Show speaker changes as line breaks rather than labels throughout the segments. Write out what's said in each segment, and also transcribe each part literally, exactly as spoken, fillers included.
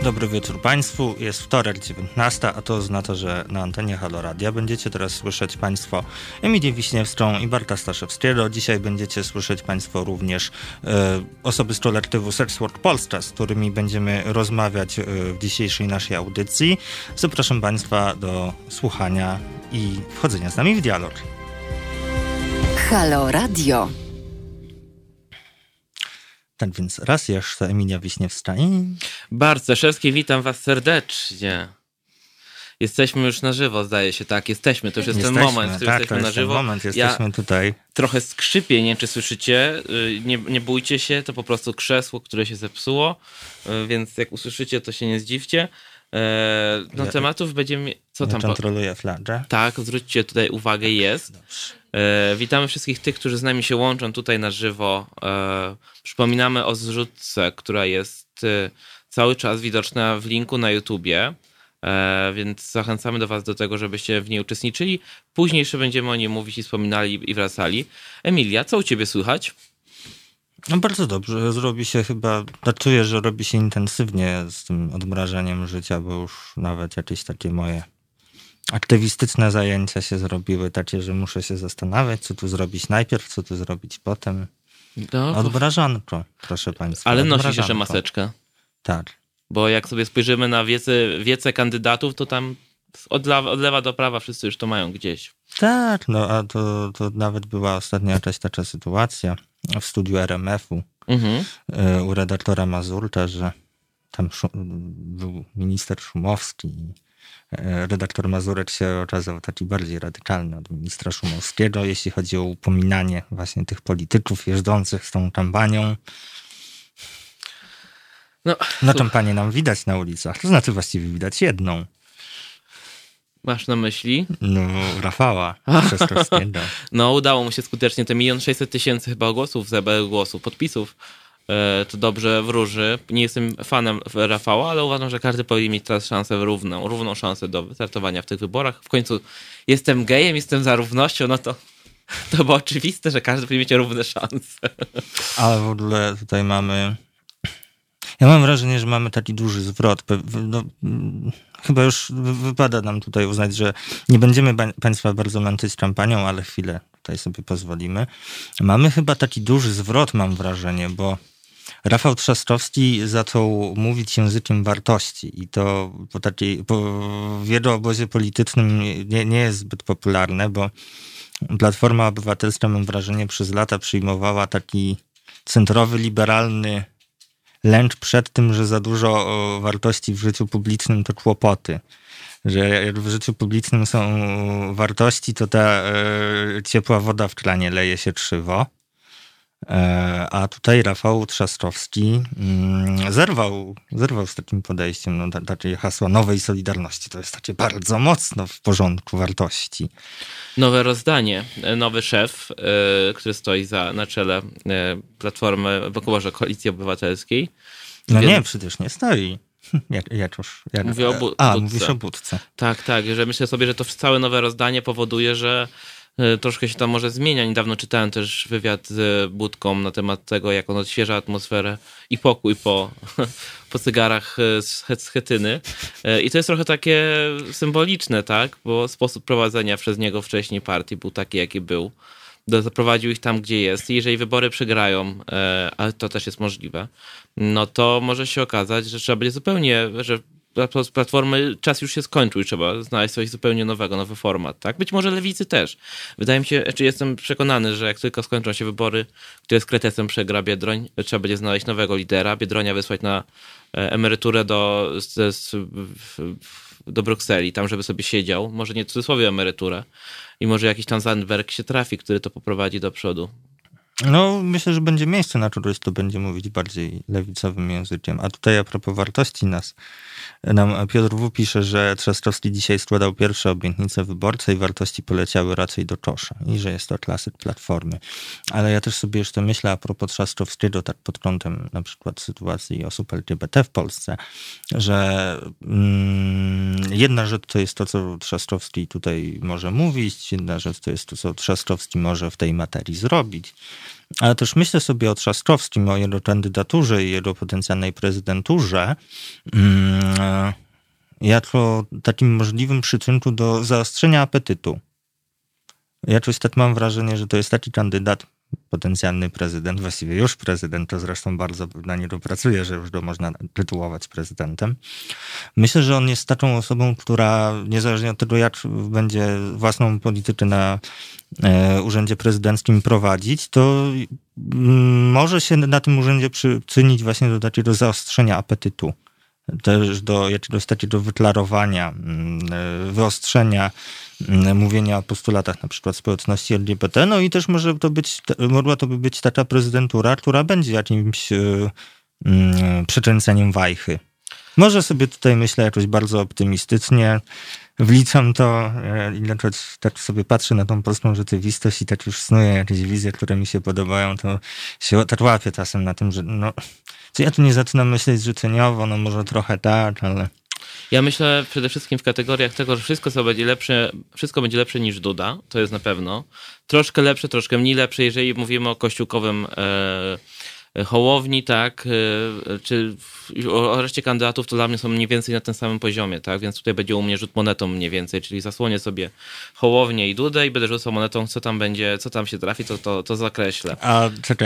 Dobry wieczór Państwu. Jest wtorek, dziewiętnasta, a to oznacza, że na antenie Halo Radia będziecie teraz słyszeć Państwo Emilię Wiśniewską i Bartka Staszewskiego. Dzisiaj będziecie słyszeć Państwo również e, osoby z kolektywu Sex Work Polska, z którymi będziemy rozmawiać e, w dzisiejszej naszej audycji. Zapraszam Państwa do słuchania i wchodzenia z nami w dialog.
Halo Radio.
Tak więc raz jeszcze Emilia Wiśniewska i...
Bart Staszewski, witam was serdecznie. Jesteśmy już na żywo, zdaje się, tak? Jesteśmy, to już jest
jesteśmy,
ten moment, w którym
tak,
jesteśmy
to
na
jest
żywo.
Ten moment, jesteśmy
ja
tutaj.
Trochę skrzypię, nie wiem, czy słyszycie. Nie, nie bójcie się, to po prostu krzesło, które się zepsuło, więc jak usłyszycie, to się nie zdziwcie. No
ja,
tematów będziemy... Co
ja
tam?
kontroluję flagę.
Tak, zwróćcie tutaj uwagę, jest. E, witamy wszystkich tych, którzy z nami się łączą tutaj na żywo. E, przypominamy o zrzutce, która jest e, cały czas widoczna w linku na YouTubie, e, więc zachęcamy do was do tego, żebyście w niej uczestniczyli. Później jeszcze będziemy o niej mówić i wspominali i wracali. Emilia, co u ciebie słychać?
No bardzo dobrze, zrobi się chyba, ja czuję, że robi się intensywnie z tym odmrażaniem życia, bo już nawet jakieś takie moje aktywistyczne zajęcia się zrobiły takie, że muszę się zastanawiać, co tu zrobić najpierw, co tu zrobić potem.
No,
Odmrażanko, proszę Państwa.
Ale nosisz jeszcze maseczkę.
Tak.
Bo jak sobie spojrzymy na wiece, wiece kandydatów, to tam od lewa, od lewa do prawa wszyscy już to mają gdzieś.
Tak, no a to, to nawet była ostatnio jakaś taka sytuacja w studiu R M F-u mhm. u redaktora Mazurka, że tam był minister Szumowski i redaktor Mazurek się okazał taki bardziej radykalny od ministra Szumowskiego, jeśli chodzi o upominanie właśnie tych polityków jeżdżących z tą kampanią. No, no kampanię nam widać na ulicach, to znaczy właściwie widać jedną.
Masz na myśli?
No, Rafała Trzaskowskiego.
No, udało mu się skutecznie te milion sześćset tysięcy chyba głosów, zebrać głosów, podpisów. To dobrze wróży. Nie jestem fanem Rafała, ale uważam, że każdy powinien mieć teraz szansę równą, równą szansę do wystartowania w tych wyborach. W końcu jestem gejem, jestem za równością, no to to było oczywiste, że każdy powinien mieć równe szanse.
Ale w ogóle tutaj mamy... Ja mam wrażenie, że mamy taki duży zwrot. No, chyba już wypada nam tutaj uznać, że nie będziemy Państwa bardzo męczyć kampanią, ale chwilę tutaj sobie pozwolimy. Mamy chyba taki duży zwrot, mam wrażenie, bo Rafał Trzaskowski zaczął mówić językiem wartości i to po takiej, po, w jego obozie politycznym nie, nie jest zbyt popularne, bo Platforma Obywatelska, mam wrażenie, przez lata przyjmowała taki centrowy, liberalny lęk przed tym, że za dużo wartości w życiu publicznym to kłopoty. Że jak w życiu publicznym są wartości, to ta e, ciepła woda w kranie leje się krzywo. E, a tutaj Rafał Trzaskowski mm, zerwał, zerwał z takim podejściem. No, takie hasło nowej Solidarności to jest takie bardzo mocno w porządku wartości.
Nowe rozdanie, nowy szef, y, który stoi za, na czele y, Platformy, może Koalicji Obywatelskiej.
No
Więc...
nie, przecież nie stoi. Jak, jak już, jak...
Mówię o bu-
A,
budce.
mówisz o budce.
Tak, tak, że myślę sobie, że to całe nowe rozdanie powoduje, że y, troszkę się tam może zmienia. Niedawno czytałem też wywiad z Budką na temat tego, jak on odświeża atmosferę i pokój po, po cygarach z Schetyny. Y, I to jest trochę takie symboliczne, tak? Bo sposób prowadzenia przez niego wcześniej partii był taki, jaki był. Zaprowadził ich tam, gdzie jest. I jeżeli wybory przegrają, e, ale to też jest możliwe, no to może się okazać, że trzeba będzie zupełnie, że z Platformy czas już się skończył i trzeba znaleźć coś zupełnie nowego, nowy format, tak? Być może Lewicy też. Wydaje mi się, czy jestem przekonany, że jak tylko skończą się wybory, które z kretesem przegra Biedroń, trzeba będzie znaleźć nowego lidera, Biedronia wysłać na emeryturę do, z, z, do Brukseli, tam żeby sobie siedział, może nie w cudzysłowie emeryturę, i może jakiś tam Zandberg się trafi, który to poprowadzi do przodu.
No, myślę, że będzie miejsce na kogoś, kto będzie mówić bardziej lewicowym językiem. A tutaj a propos wartości nas, nam Piotr W. pisze, że Trzaskowski dzisiaj składał pierwsze obietnice wyborcze i wartości poleciały raczej do kosza i że jest to klasyk Platformy. Ale ja też sobie jeszcze myślę a propos Trzaskowskiego, tak pod kątem na przykład sytuacji osób L G B T w Polsce, że mm, jedna rzecz to jest to, co Trzaskowski tutaj może mówić, jedna rzecz to jest to, co Trzaskowski może w tej materii zrobić. ale też myślę sobie o Trzaskowskim, o jego kandydaturze i jego potencjalnej prezydenturze mm, jako takim możliwym przyczynku do zaostrzenia apetytu. Ja coś tak mam wrażenie, że to jest taki kandydat, potencjalny prezydent, właściwie już prezydent, to zresztą bardzo na niego pracuje, że już go można tytułować prezydentem. Myślę, że on jest taką osobą, która niezależnie od tego, jak będzie własną politykę na e, urzędzie prezydenckim prowadzić, to m, może się na tym urzędzie przyczynić właśnie do takiego zaostrzenia apetytu. Też do jakiegoś takiego wyklarowania, wyostrzenia mówienia o postulatach na przykład społeczności L G B T. No i też może to być, mogła to by być taka prezydentura, która będzie jakimś um, przekręceniem wajchy. Może sobie tutaj myślę jakoś bardzo optymistycznie, wliczam to, ilekroć tak sobie patrzę na tą polską rzeczywistość i tak już snuję jakieś wizje, które mi się podobają, to się tak łapię czasem na tym, że no, czy ja tu nie zaczynam myśleć życzeniowo, no może trochę tak, ale...
Ja myślę przede wszystkim w kategoriach tego, że wszystko co będzie lepsze, wszystko będzie lepsze niż Duda, to jest na pewno. Troszkę lepsze, troszkę mniej lepsze, jeżeli mówimy o kościółkowym e, Hołowni, tak, e, czy o, o reszcie kandydatów, to dla mnie są mniej więcej na tym samym poziomie, tak, więc tutaj będzie u mnie rzut monetą mniej więcej, czyli zasłonię sobie Hołownię i Dudę i będę rzucał monetą, co tam będzie, co tam się trafi, to, to, to zakreślę.
A czekaj,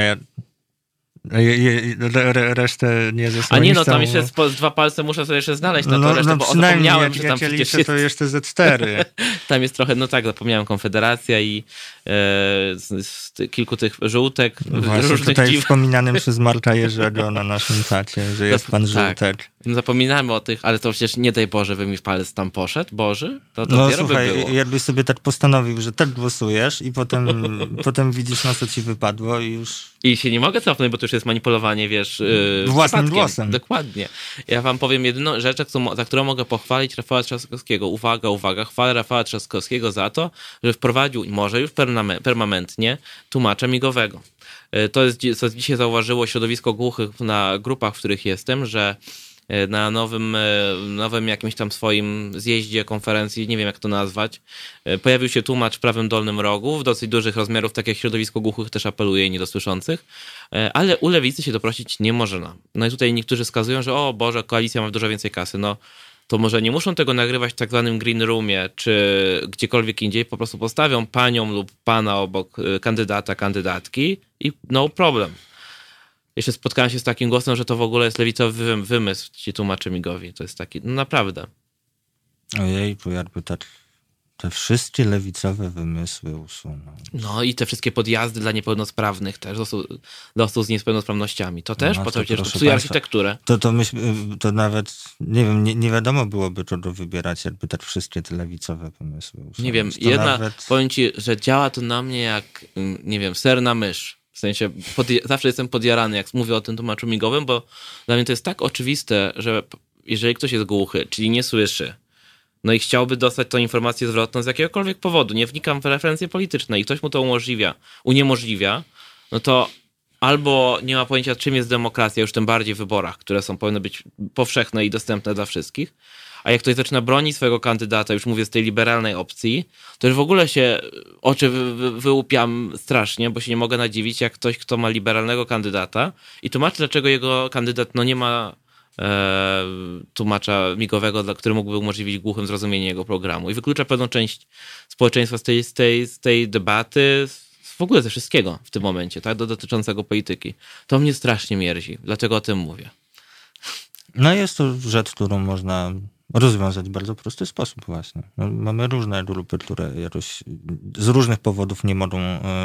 Je, je, re, resztę nie zasłonisz.
A nie, no tam jeszcze z, z dwa palce muszę sobie jeszcze znaleźć na
no,
to resztę,
no,
bo zapomniałem,
jak,
że tam
jak
przecież
liczę,
jest...
to jeszcze ze cztery.
Tam jest trochę, no tak, zapomniałem, Konfederacja i e, z, z kilku tych żółtek.
Właśnie
różnych
tutaj
dziw...
wspominanym przez Marka Jerzego na naszym czacie, że jest pan
tak.
żółtek.
Zapominamy o tych, ale to przecież nie daj Boże, by mi w palec tam poszedł, Boży, to, to
No
by
słuchaj,
było.
jakbyś sobie tak postanowił, że tak głosujesz i potem, potem widzisz, na co ci wypadło i już...
I się nie mogę cofnąć, bo to już jest manipulowanie, wiesz, yy,
własnym
przypadkiem.
głosem.
Dokładnie. Ja wam powiem jedyną rzecz, za którą mogę pochwalić Rafała Trzaskowskiego. Uwaga, uwaga, chwalę Rafała Trzaskowskiego za to, że wprowadził, może już permanentnie, tłumacza migowego. To jest, co dzisiaj zauważyło środowisko głuchych na grupach, w których jestem, że na nowym, nowym jakimś tam swoim zjeździe, konferencji, nie wiem jak to nazwać, pojawił się tłumacz w prawym dolnym rogu, w dosyć dużych rozmiarów, tak jak środowisko głuchych też apeluje i niedosłyszących, ale u lewicy się doprosić nie można. No i tutaj niektórzy wskazują, że o Boże, koalicja ma dużo więcej kasy. No to może nie muszą tego nagrywać w tak zwanym green roomie, czy gdziekolwiek indziej, po prostu postawią panią lub pana obok kandydata, kandydatki i no problem. Jeszcze spotkałem się z takim głosem, że to w ogóle jest lewicowy wymysł, ci tłumacze migowi. To jest taki, no naprawdę.
Ojej, to jakby tak te wszystkie lewicowe wymysły usuną.
No i te wszystkie podjazdy dla niepełnosprawnych też, dla osób z niepełnosprawnościami. To też,
no,
po
to
to przecież
proszę
psuje
państwa,
architekturę.
To, to, myśmy, to nawet, nie wiem, nie, nie wiadomo byłoby, czego wybierać, jakby tak wszystkie te lewicowe wymysły usunąć.
Nie wiem,
to
jedna,
nawet...
powiem ci, że działa to na mnie jak, nie wiem, ser na mysz. W sensie podje- zawsze jestem podjarany, jak mówię o tym tłumaczu migowym, bo dla mnie to jest tak oczywiste, że jeżeli ktoś jest głuchy, czyli nie słyszy, no i chciałby dostać tą informację zwrotną z jakiegokolwiek powodu, nie wnikam w referencje polityczne i ktoś mu to umożliwia, uniemożliwia, no to albo nie ma pojęcia, czym jest demokracja, już tym bardziej w wyborach, które są powinny być powszechne i dostępne dla wszystkich. A jak ktoś zaczyna bronić swojego kandydata, już mówię z tej liberalnej opcji, to już w ogóle się oczy wy, wy, wyłupiam strasznie, bo się nie mogę nadziwić, jak ktoś, kto ma liberalnego kandydata i tłumaczy, dlaczego jego kandydat no nie ma e, tłumacza migowego, dla, który mógłby umożliwić głuchym zrozumienie jego programu. I wyklucza pewną część społeczeństwa z tej, z tej, z tej debaty, w ogóle ze wszystkiego w tym momencie, tak, do, dotyczącego polityki. To mnie strasznie mierzi, dlatego o tym mówię.
No jest to rzecz, którą można rozwiązać w bardzo prosty sposób właśnie. No, mamy różne grupy, które jakoś z różnych powodów nie mogą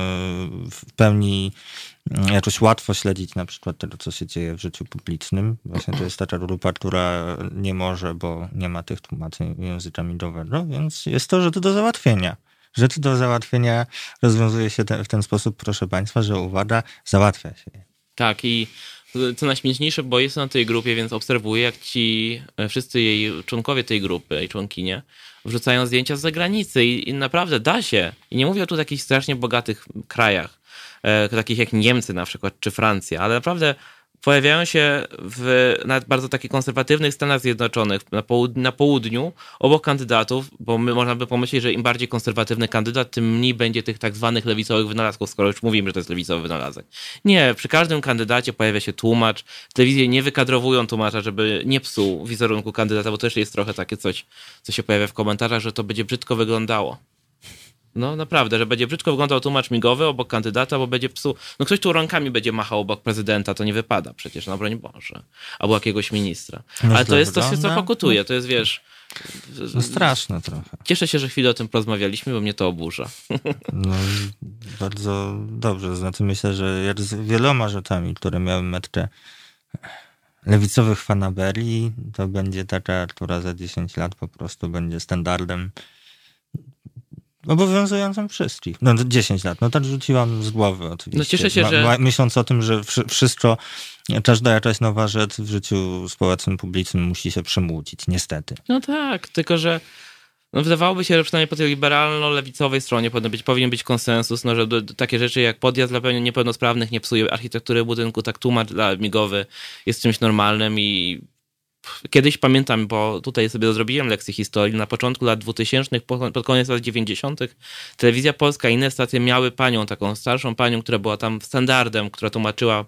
w pełni jakoś łatwo śledzić na przykład tego, co się dzieje w życiu publicznym. Właśnie to jest taka grupa, która nie może, bo nie ma tych tłumaczeń języka migowego, więc jest to rzecz do załatwienia. Rzecz do załatwienia rozwiązuje się te, w ten sposób, proszę państwa, że uwaga, załatwia się je.
Tak i co najśmieszniejsze, bo jestem na tej grupie, więc obserwuję, jak ci wszyscy jej członkowie tej grupy i członkinie wrzucają zdjęcia z zagranicy i, i naprawdę da się. I nie mówię tu o takich strasznie bogatych krajach, e, takich jak Niemcy na przykład, czy Francja, ale naprawdę pojawiają się w nawet bardzo takich konserwatywnych Stanach Zjednoczonych, na, połud- na południu, obok kandydatów, bo my, można by pomyśleć, że im bardziej konserwatywny kandydat, tym mniej będzie tych tak zwanych lewicowych wynalazków, skoro już mówimy, że to jest lewicowy wynalazek. Nie, przy każdym kandydacie pojawia się tłumacz. Telewizje nie wykadrowują tłumacza, żeby nie psuł wizerunku kandydata, bo też jest trochę takie coś, co się pojawia w komentarzach, że to będzie brzydko wyglądało. No naprawdę, że będzie brzydko wyglądał tłumacz migowy obok kandydata, bo będzie psuł. No ktoś tu rąkami będzie machał obok prezydenta, to nie wypada przecież, no broń Boże. Albo jakiegoś ministra.
No
Ale to jest to,
wygląda?
co pokutuje, to jest, wiesz...
No straszne trochę.
Cieszę się, że chwilę o tym porozmawialiśmy, bo mnie to oburza.
No bardzo dobrze, znaczy myślę, że jak z wieloma rzeczami, które miały metkę lewicowych fanaberii, to będzie taka, która za dziesięć lat po prostu będzie standardem obowiązującym wszystkich. No to dziesięć lat, no tak rzuciłam z głowy oczywiście.
No cieszę się,
ma,
że...
ma, myśląc o tym, że wszy- wszystko, każda jakaś nowa rzecz w życiu społecznym, publicznym musi się przemłócić, niestety.
No tak, tylko że no wydawałoby się, że przynajmniej po tej liberalno-lewicowej stronie powinien być, powinien być konsensus, no, że do, do, takie rzeczy jak podjazd dla niepełnosprawnych nie psuje architektury budynku, tak tłumacz dla migowy jest czymś normalnym i kiedyś pamiętam, bo tutaj sobie zrobiłem lekcję historii, na początku lat dwutysięcznych, pod koniec lat dziewięćdziesiątych Telewizja Polska i inne stacje miały panią, taką starszą panią, która była tam standardem, która tłumaczyła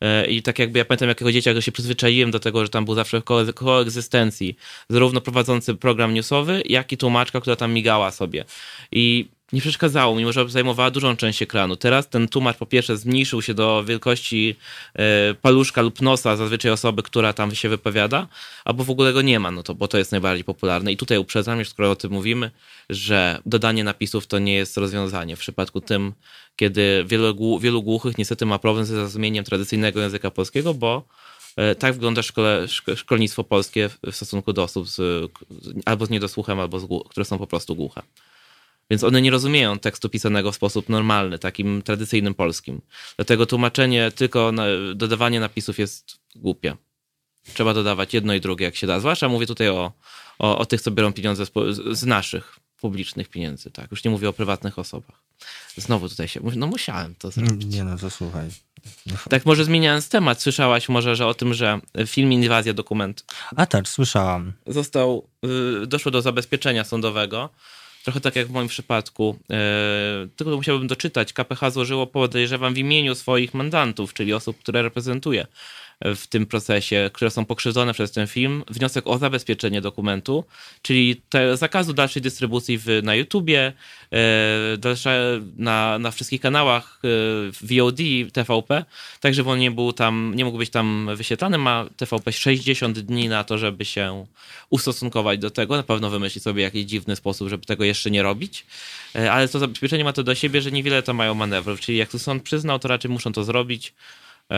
i tak jakby ja pamiętam jako dzieciak, że się przyzwyczaiłem do tego, że tam był zawsze w ko- koegzystencji zarówno prowadzący program newsowy, jak i tłumaczka, która tam migała sobie. I nie przeszkadzało, mimo że zajmowała dużą część ekranu. Teraz ten tłumacz po pierwsze zmniejszył się do wielkości e, paluszka lub nosa zazwyczaj osoby, która tam się wypowiada, albo w ogóle go nie ma, no to, bo to jest najbardziej popularne. I tutaj uprzedzam, już skoro o tym mówimy, że dodanie napisów to nie jest rozwiązanie. W przypadku tym, kiedy wielu, wielu głuchych niestety ma problem ze zrozumieniem tradycyjnego języka polskiego, bo e, tak wygląda szkole, szko, szkolnictwo polskie w stosunku do osób z, albo z niedosłuchem, albo z, które są po prostu głuche. Więc one nie rozumieją tekstu pisanego w sposób normalny, takim tradycyjnym polskim. Dlatego tłumaczenie, tylko na, dodawanie napisów jest głupie. Trzeba dodawać jedno i drugie, jak się da. Zwłaszcza mówię tutaj o, o, o tych, co biorą pieniądze z, z naszych publicznych pieniędzy. Tak, już nie mówię o prywatnych osobach. Znowu tutaj się... No musiałem to zrobić.
Nie no, to słuchaj.
Tak może zmieniając temat, słyszałaś może, że o tym, że film Inwazja dokument...
A tak, słyszałam.
Został... Doszło do zabezpieczenia sądowego. Trochę tak jak w moim przypadku, yy, tylko musiałbym doczytać. K P H złożyło, podejrzewam, w imieniu swoich mandantów, czyli osób, które reprezentuje w tym procesie, które są pokrzywdzone przez ten film, wniosek o zabezpieczenie dokumentu, czyli te, zakazu dalszej dystrybucji w, na YouTubie, yy, dalsze, na, na wszystkich kanałach yy, V O D, T V P, tak żeby on nie był tam, nie mógł być tam wyświetlany. Ma T V P sześćdziesiąt dni na to, żeby się ustosunkować do tego. Na pewno wymyśli sobie jakiś dziwny sposób, żeby tego jeszcze nie robić. Yy, ale to zabezpieczenie ma to do siebie, że niewiele to mają manewrów, czyli jak to sąd przyznał, to raczej muszą to zrobić. Yy,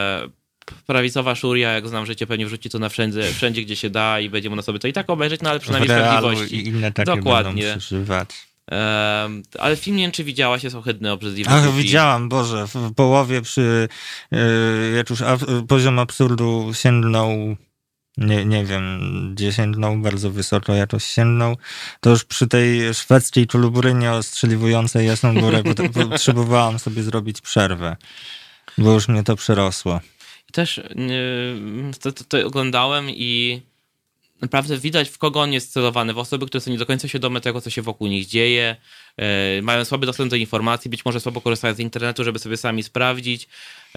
Prawicowa szuria, jak znam życie, pewnie wrzuci to na wszędzie, wszędzie, gdzie się da i będzie można sobie to i tak obejrzeć, no ale przynajmniej
w realu
sprawiedliwości.
I inne takie
Dokładnie.
będą przeżywać.
Um, ale film nie wiem, czy widziałaś, jest ohydny, obrzydliwy.
Ach, widziałam, Boże, w połowie przy, yy, jak już ab- poziom absurdu sięgnął, nie, nie wiem, gdzie sięgnął, bardzo wysoko jakoś sięgnął, to już przy tej szwedzkiej kolubrynie ostrzeliwującej Jasną Górę potrzebowałam sobie zrobić przerwę, bo już mnie to przerosło.
Też yy, to, to, to oglądałem i naprawdę widać, w kogo on jest celowany, w osoby, które są nie do końca świadome tego, co się wokół nich dzieje, yy, mają słaby dostęp do informacji, być może słabo korzystają z internetu, żeby sobie sami sprawdzić. Yy,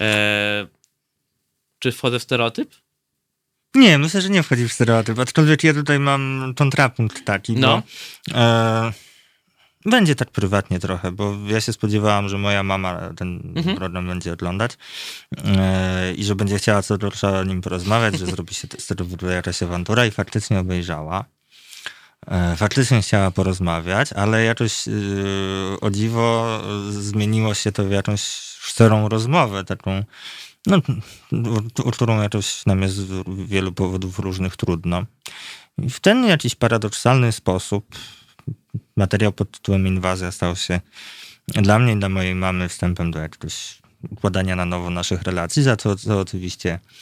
czy wchodzę w stereotyp?
Nie, myślę, że nie wchodzi w stereotyp, aczkolwiek ja tutaj mam kontrapunkt taki,
no.
bo e, będzie tak prywatnie trochę, bo ja się spodziewałam, że moja mama ten mhm. program będzie oglądać e, i że będzie chciała co gorsza o nim porozmawiać, że zrobi się z tego w ogóle jakaś awantura i faktycznie obejrzała. E, faktycznie chciała porozmawiać, ale jakoś e, o dziwo zmieniło się to w jakąś szczerą rozmowę, taką no, o którą jakoś nam jest z wielu powodów różnych trudno. I w ten jakiś paradoksalny sposób materiał pod tytułem Inwazja stał się dla mnie i dla mojej mamy wstępem do jakiegoś układania na nowo naszych relacji, za co, co oczywiście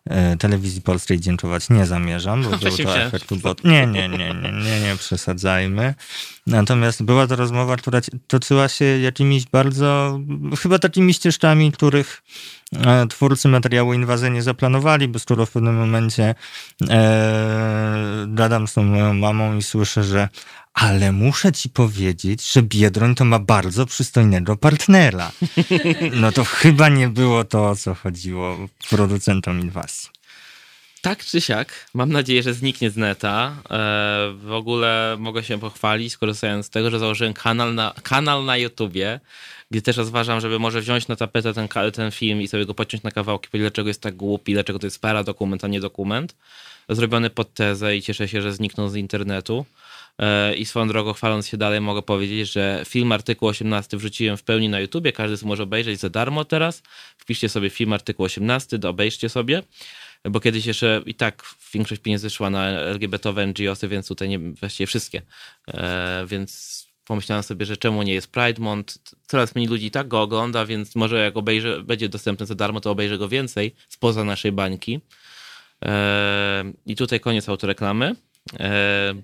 e, Telewizji Polskiej dziękować nie zamierzam, bo był
Właśnie
to
chciałem-
efekt ubot... Nie, nie, nie, nie, nie, nie przesadzajmy. Natomiast była to rozmowa, która ci- toczyła się jakimiś bardzo, chyba takimi ścieżkami, których e, twórcy materiału Inwazja nie zaplanowali, bo skoro w pewnym momencie e, gadam z tą moją mamą i słyszę, że ale muszę ci powiedzieć, że Biedroń to ma bardzo przystojnego partnera. No to chyba nie było to, o co chodziło producentom Inwazji.
Tak czy siak, mam nadzieję, że zniknie z neta. E, w ogóle mogę się pochwalić, korzystając z tego, że założyłem kanał na, kanał na YouTubie, gdzie też rozważam, żeby może wziąć na tapetę ten, ka- ten film i sobie go pociąć na kawałki, powiedzieć, dlaczego jest tak głupi, dlaczego to jest paradokument, a nie dokument. Zrobiony pod tezę i cieszę się, że zniknął z internetu. E, I swoją drogą, chwaląc się dalej, mogę powiedzieć, że film Artykuł osiemnasty wrzuciłem w pełni na YouTubie. Każdy sobie może obejrzeć za darmo teraz. Wpiszcie sobie film Artykuł osiemnasty, to obejrzcie sobie. Bo kiedyś jeszcze i tak większość pieniędzy szła na L G B T-owe N G O sy, więc tutaj nie, właściwie wszystkie. E, więc pomyślałem sobie, że czemu nie jest Pride Month? Coraz mniej ludzi i tak go ogląda, więc może jak obejrzę, będzie dostępny za darmo, to obejrzę go więcej spoza naszej bańki. E, I tutaj koniec autoreklamy. E,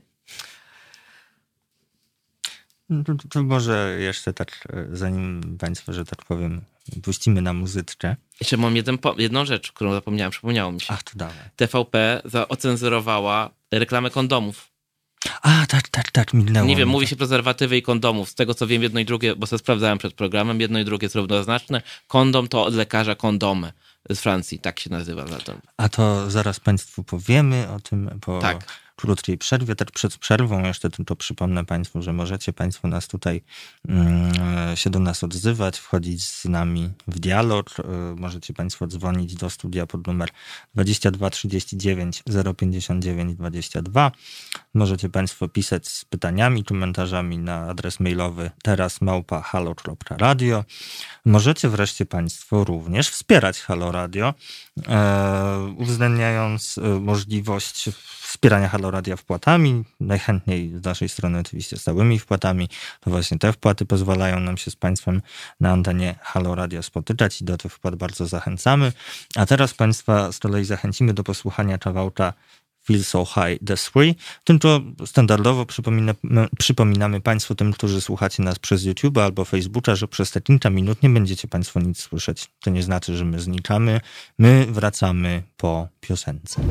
No To, to może jeszcze tak, e, zanim państwo, że tak powiem, puścimy na muzyczkę.
jeszcze mam jeden, po- jedną rzecz, którą zapomniałem, przypomniało mi się.
Ach, to dawaj.
T V P za, ocenzurowała reklamę kondomów.
A, tak, tak, tak, mignęło.
Nie wiem,
mi
mówi
to.
się prezerwatywy i kondomów. Z tego co wiem, jedno i drugie, bo sobie sprawdzałem przed programem, jedno i drugie jest równoznaczne. Kondom to od lekarza kondomy z Francji, tak się nazywa zatem.
A to zaraz państwu powiemy o tym po
Tak.
krótkiej przerwie. Tak przed przerwą jeszcze tylko przypomnę państwu, że możecie państwo nas tutaj mm, się do nas odzywać, wchodzić z nami w dialog. Y, Możecie państwo dzwonić do studia pod numer dwadzieścia dwa trzydzieści dziewięć zero pięćdziesiąt dziewięć dwadzieścia dwa. Możecie państwo pisać z pytaniami, komentarzami na adres mailowy teraz małpa halo kropka radio. Możecie wreszcie państwo również wspierać Halo Radio, e, uwzględniając e, możliwość wspierania Halo Radia wpłatami. Najchętniej z naszej strony oczywiście stałymi wpłatami. To właśnie te wpłaty pozwalają nam się z państwem na antenie Halo Radio spotykać i do tych wpłat bardzo zachęcamy. A teraz państwa z kolei zachęcimy do posłuchania kawałka Feel So High The Three. Tylko standardowo przypomina, przypominamy państwu, tym, którzy słuchacie nas przez YouTube albo Facebooka, że przez te kilka minut nie będziecie państwo nic słyszeć. To nie znaczy, że my znikamy. My wracamy po piosence.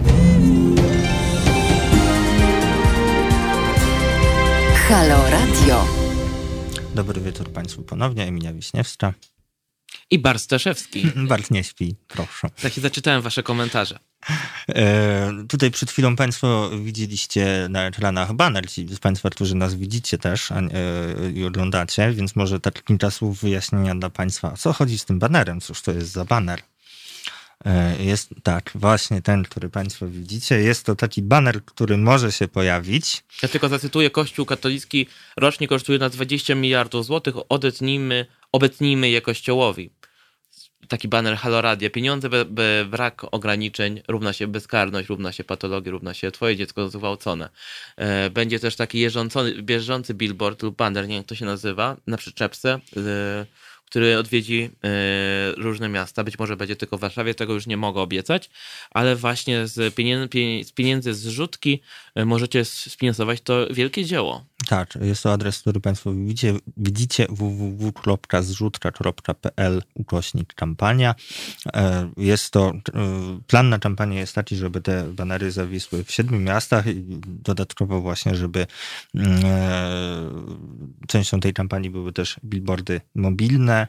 Halo Radio.
Dobry wieczór państwu ponownie. Emilia Wiśniewska.
I Bar Staszewski.
Bart nie śpi, proszę.
Tak się zaczytałem wasze komentarze.
E, tutaj przed chwilą państwo widzieliście na ekranach baner, ci z państwa, którzy nas widzicie też a, e, i oglądacie, więc może tak kilka słów wyjaśnienia dla państwa. Co chodzi z tym banerem? Cóż to jest za baner? E, jest tak, właśnie ten, który państwo widzicie. Jest to taki baner, który może się pojawić.
Ja tylko zacytuję, Kościół katolicki rocznie kosztuje nas dwadzieścia miliardów złotych, odetnijmy, obetnijmy je Kościołowi. Taki baner Halo Radia. Pieniądze, be, be, brak ograniczeń, równa się bezkarność, równa się patologia, równa się twoje dziecko zgwałcone. E, będzie też taki jeżdżący, bieżący billboard lub baner, nie wiem jak to się nazywa, na przyczepce, e, który odwiedzi e, różne miasta. Być może będzie tylko w Warszawie, tego już nie mogę obiecać, ale właśnie z pieniędzy, z pieniędzy z zrzutki e, możecie sfinansować to wielkie dzieło.
Tak, jest to adres, który państwo widzicie, widzicie w w w kropka zrzutka kropka p l ukośnik kampania. E, Jest to, e, plan na kampanię jest taki, żeby te banery zawisły w siedmiu miastach i dodatkowo właśnie, żeby mm, e, częścią tej kampanii były też billboardy mobilne.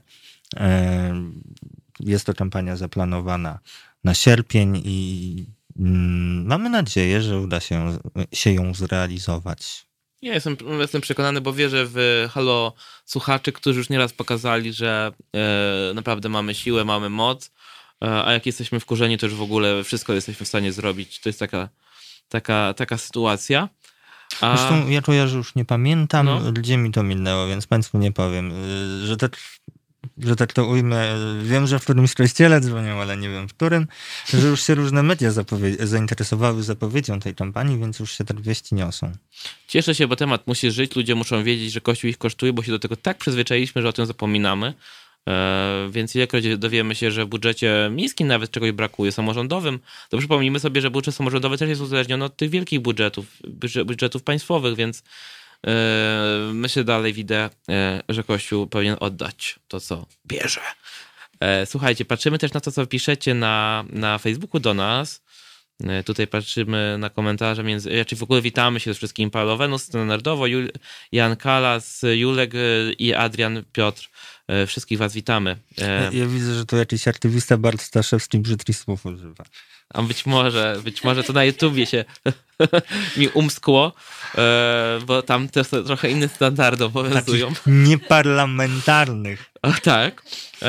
E, Jest to kampania zaplanowana na sierpień i mm, mamy nadzieję, że uda się, się ją zrealizować.
Ja jestem, jestem przekonany, bo wierzę w halo słuchaczy, którzy już nieraz pokazali, że e, naprawdę mamy siłę, mamy moc, e, a jak jesteśmy wkurzeni, to już w ogóle wszystko jesteśmy w stanie zrobić. To jest taka, taka, taka sytuacja. A...
Zresztą ja kojarzę, już nie pamiętam,
No.
gdzie mi to minęło, więc państwu nie powiem, y, że tak, że tak to ujmę. Wiem, że w którymś kościele dzwonią, ale nie wiem w którym, że już się różne media zapowie- zainteresowały zapowiedzią tej kampanii, więc już się tak wieści niosą.
Cieszę się, bo temat musi żyć, ludzie muszą wiedzieć, że Kościół ich kosztuje, bo się do tego tak przyzwyczailiśmy, że o tym zapominamy. Więc ilekroć dowiemy się, że w budżecie miejskim nawet czegoś brakuje, samorządowym, to przypomnijmy sobie, że budżet samorządowy też jest uzależniony od tych wielkich budżetów, budżetów państwowych, więc myślę dalej widzę, że Kościół powinien oddać to, co bierze. Słuchajcie, patrzymy też na to, co piszecie na, na Facebooku do nas. Tutaj patrzymy na komentarze, między, znaczy w ogóle witamy się z wszystkimi. Paulo Wenus, standardowo, Jul, Jan Kalas, Julek i Adrian Piotr. Wszystkich was witamy.
Ja, ja widzę, że to jakiś aktywista Bart Staszewski brzydkich słów używa.
A być może, być może to na YouTubie się mi umskło, bo tam też trochę inne standardy obowiązują.
Takich nieparlamentarnych.
O, tak.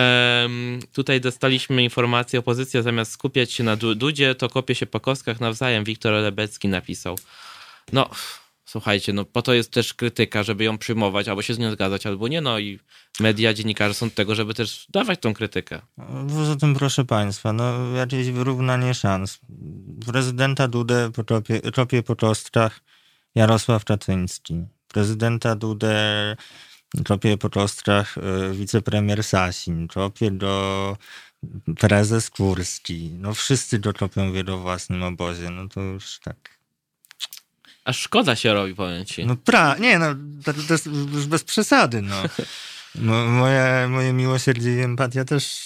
Um, tutaj dostaliśmy informację, opozycja zamiast skupiać się na Dudzie, to kopie się po kostkach nawzajem. Wiktor Lebecki napisał. No, słuchajcie, no po to jest też krytyka, żeby ją przyjmować, albo się z nią zgadzać, albo nie. No i media, dziennikarze są do tego, żeby też dawać tą krytykę.
Poza tym, proszę państwa, no jakieś wyrównanie szans. Prezydenta Dudę potopie, topie po kostkach Jarosław Kaczyński. Prezydenta Dudę topie po kostkach wicepremier Sasin. Topie do prezes Kurski. No wszyscy go topią w jego własnym obozie. No to już tak...
Aż szkoda się robi, powiem ci.
No pra... Nie, no to, to jest już bez przesady, no. Mo, moje, moje miłosierdzie i empatia też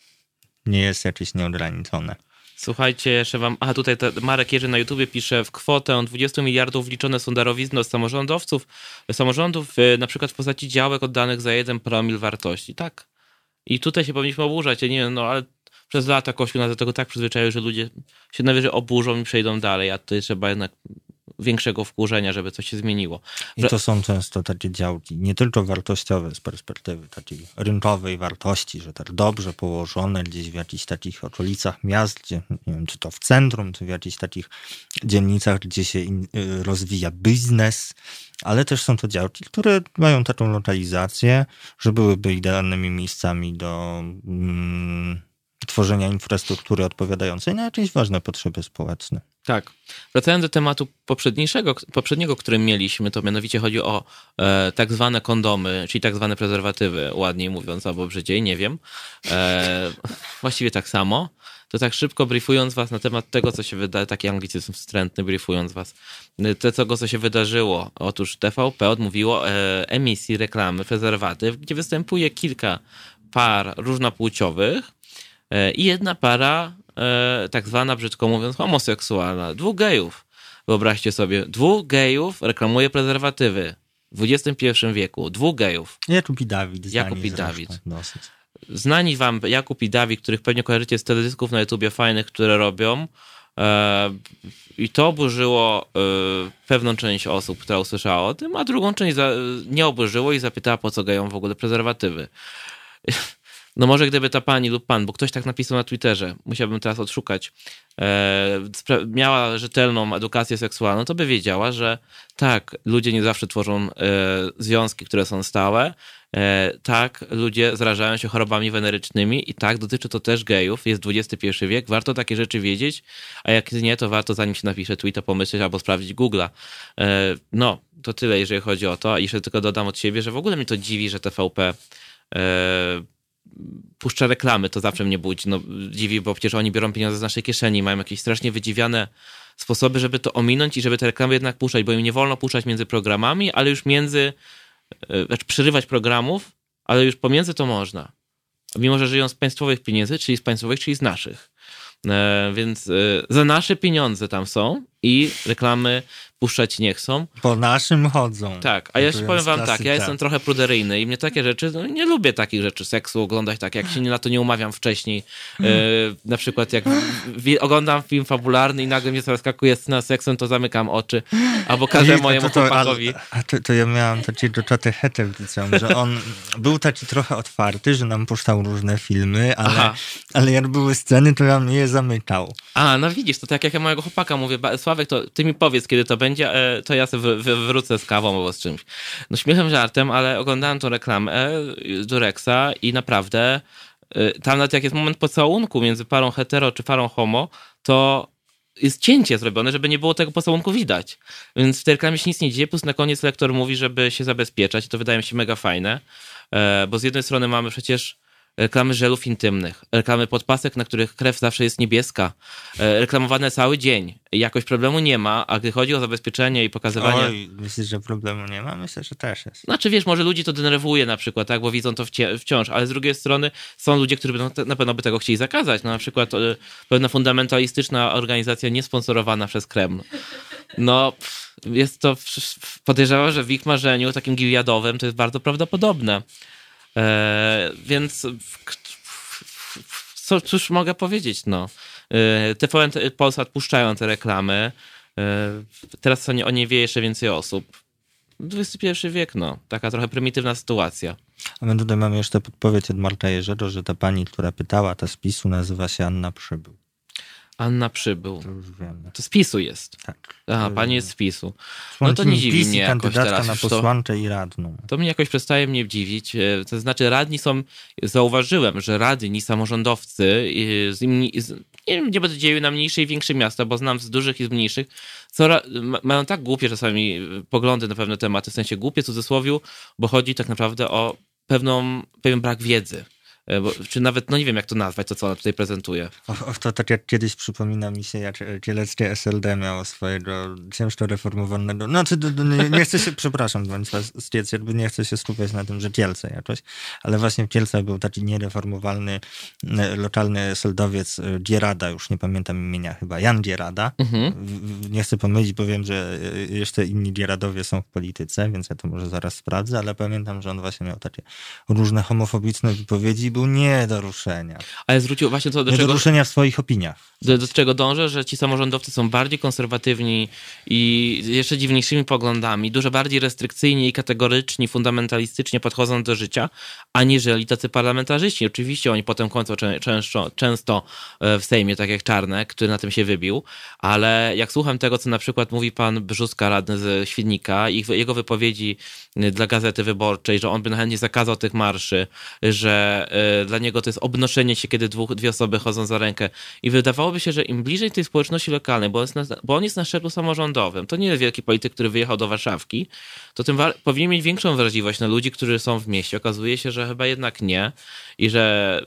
nie jest jakieś nieograniczone.
Słuchajcie, jeszcze wam... Aha, tutaj te, Marek Jerzy na YouTubie pisze, w kwotę dwadzieścia miliardów wliczone są darowizny od samorządowców, samorządów, na przykład w postaci działek oddanych za jeden promil wartości. Tak. I tutaj się powinniśmy oburzać. Ja nie wiem, no ale przez lata Kościół nas do tego tak przyzwyczaił, że ludzie się najwyżej oburzą i przejdą dalej, a tutaj trzeba jednak większego wkurzenia, żeby coś się zmieniło.
I to są często takie działki, nie tylko wartościowe z perspektywy takiej rynkowej wartości, że tak dobrze położone gdzieś w jakichś takich okolicach miast, gdzie, nie wiem, czy to w centrum, czy w jakichś takich dzielnicach, gdzie się in, y, rozwija biznes, ale też są to działki, które mają taką lokalizację, że byłyby idealnymi miejscami do mm, tworzenia infrastruktury odpowiadającej na jakieś ważne potrzeby społeczne.
Tak. Wracając do tematu poprzedniejszego, poprzedniego, którym mieliśmy, to mianowicie chodzi o e, tak zwane kondomy, czyli tak zwane prezerwatywy, ładniej mówiąc, albo brzydziej, nie wiem. E, właściwie tak samo. To tak szybko briefując was na temat tego, co się wydarzy, taki anglicyzm wstrętny, briefując was, te, tego, co się wydarzyło. Otóż T V P odmówiło e, emisji reklamy prezerwatyw, gdzie występuje kilka par różnopłciowych e, i jedna para tak zwana, brzydko mówiąc, homoseksualna. Dwóch gejów. Wyobraźcie sobie, dwóch gejów reklamuje prezerwatywy w dwudziestym pierwszym wieku. Dwóch gejów.
Jakub i Dawid.
Jakub i Dawid.
Dosyć.
Znani wam Jakub i Dawid, których pewnie kojarzycie z teledysków na YouTubie fajnych, które robią. I to oburzyło pewną część osób, która usłyszała o tym, a drugą część nie oburzyło i zapytała, po co gejom w ogóle prezerwatywy. No może gdyby ta pani lub pan, bo ktoś tak napisał na Twitterze, musiałbym teraz odszukać, e, miała rzetelną edukację seksualną, to by wiedziała, że tak, ludzie nie zawsze tworzą e, związki, które są stałe, e, tak, ludzie zarażają się chorobami wenerycznymi i tak, dotyczy to też gejów, jest dwudziesty pierwszy wiek, warto takie rzeczy wiedzieć, a jak nie, to warto zanim się napisze tweeta pomyśleć albo sprawdzić Google'a. E, no, to tyle, jeżeli chodzi o to. I jeszcze tylko dodam od siebie, że w ogóle mnie to dziwi, że T V P e, puszcza reklamy, to zawsze mnie budzi. No, dziwi, bo przecież oni biorą pieniądze z naszej kieszeni, mają jakieś strasznie wydziwiane sposoby, żeby to ominąć i żeby te reklamy jednak puszczać, bo im nie wolno puszczać między programami, ale już między, znaczy przerywać programów, ale już pomiędzy to można. Mimo, że żyją z państwowych pieniędzy, czyli z państwowych, czyli z naszych. E, więc e, za nasze pieniądze tam są i reklamy puszczać nie chcą.
Po naszym chodzą.
Tak, a ja jeszcze powiem wam tak, ja jestem trochę pruderyjny i mnie takie rzeczy, no, nie lubię takich rzeczy, seksu oglądać tak, jak się na to nie umawiam wcześniej. E, na przykład jak w, oglądam film fabularny i nagle mnie zaskakuje scena seksem, to zamykam oczy, albo każę mojemu
to, to,
chłopakowi.
A, a to, to ja miałem takiego katechetę w liceum, że on był taki trochę otwarty, że nam puszczał różne filmy, ale, ale jak były sceny, to ja mnie je zamykał.
A, no widzisz, to tak jak ja mojego chłopaka mówię, Sławek, to ty mi powiedz, kiedy to będzie, to ja sobie wy, wy, wrócę z kawą albo z czymś. No śmiechem, żartem, ale oglądałem tą reklamę Durexa i naprawdę tam nawet jak jest moment pocałunku między parą hetero czy parą homo, to jest cięcie zrobione, żeby nie było tego pocałunku widać. Więc w tej reklamie się nic nie dzieje, plus na koniec lektor mówi, żeby się zabezpieczać i to wydaje mi się mega fajne, bo z jednej strony mamy przecież reklamy żelów intymnych, reklamy podpasek, na których krew zawsze jest niebieska, reklamowane cały dzień. Jakoś problemu nie ma, a gdy chodzi o zabezpieczenie i pokazywanie...
Oj, myślisz, że problemu nie ma? Myślę, że też jest.
Znaczy, wiesz, może ludzi to denerwuje na przykład, tak, bo widzą to wcie- wciąż, ale z drugiej strony są ludzie, którzy będą te, na pewno by tego chcieli zakazać. No, na przykład e, pewna fundamentalistyczna organizacja niesponsorowana przez Kreml. No, pff, jest to... Pff, podejrzewam, że w ich marzeniu takim giliadowym to jest bardzo prawdopodobne. E, więc co, cóż mogę powiedzieć, no. E, T V N Polsat puszczają te reklamy. E, teraz o nie, o nie wie jeszcze więcej osób. dwudziesty pierwszy wiek, no. Taka trochę prymitywna sytuacja.
A my tutaj mamy jeszcze podpowiedź od Marta Jerzego, że ta pani, która pytała, ta z PiSu, nazywa się Anna Przybył.
Anna Przybył.
To już wiemy.
To z PiSu jest.
Tak.
Aha, pani jest z PiSu. No to nie dziwi
PiS
mnie
i
jakoś
kandydatka
teraz.
na
Już to,
posłankę i radną.
to mnie jakoś przestaje mnie dziwić. E, To znaczy radni są, zauważyłem, że radni, samorządowcy, e, z, inni- z, nie wiem, nie będę dzielił na mniejsze i większe miasta, bo znam z dużych i z mniejszych, co ra, ma, mają tak głupie czasami poglądy na pewne tematy, w sensie głupie w cudzysłowiu, bo chodzi tak naprawdę o pewną, pewien brak wiedzy. E, Bo, czy nawet, no nie wiem jak to nazwać, to co ona tutaj prezentuje.
O, o, to tak jak kiedyś przypomina mi się, jak kieleckie S L D miało swojego ciężko reformowanego... No, czy, nie, nie chcę się, przepraszam państwa, stiec, jakby nie chcę się skupiać na tym, że Kielce jakoś, ale właśnie w Kielcach był taki niereformowalny e, lokalny eseldowiec e, Gierada, już nie pamiętam imienia chyba, Jan Gierada.
Mhm.
W- w- Nie chcę pomylić, bo wiem, że e, jeszcze inni Gieradowie są w polityce, więc ja to może zaraz sprawdzę, ale pamiętam, że on właśnie miał takie różne homofobiczne wypowiedzi, był nie do ruszenia.
Ale zwrócił właśnie to, do
Nie do
czego...
ruszenia w swoich opiniach.
Do, do czego dążę, że ci samorządowcy są bardziej konserwatywni i jeszcze dziwniejszymi poglądami, dużo bardziej restrykcyjnie i kategoryczni, fundamentalistycznie podchodzą do życia, aniżeli tacy parlamentarzyści. Oczywiście oni potem kończą czę- często, często w Sejmie, tak jak Czarnek, który na tym się wybił, ale jak słucham tego, co na przykład mówi pan Brzóska, radny ze Świdnika, ich, jego wypowiedzi dla Gazety Wyborczej, że on by chętnie zakazał tych marszy, że y, dla niego to jest obnoszenie się, kiedy dwóch, dwie osoby chodzą za rękę. I wydawałoby się, że im bliżej tej społeczności lokalnej, bo, jest na, bo on jest na szczeblu samorządowym, to nie jest wielki polityk, który wyjechał do Warszawki, to tym wa- powinien mieć większą wrażliwość na ludzi, którzy są w mieście. Okazuje się, że chyba jednak nie i że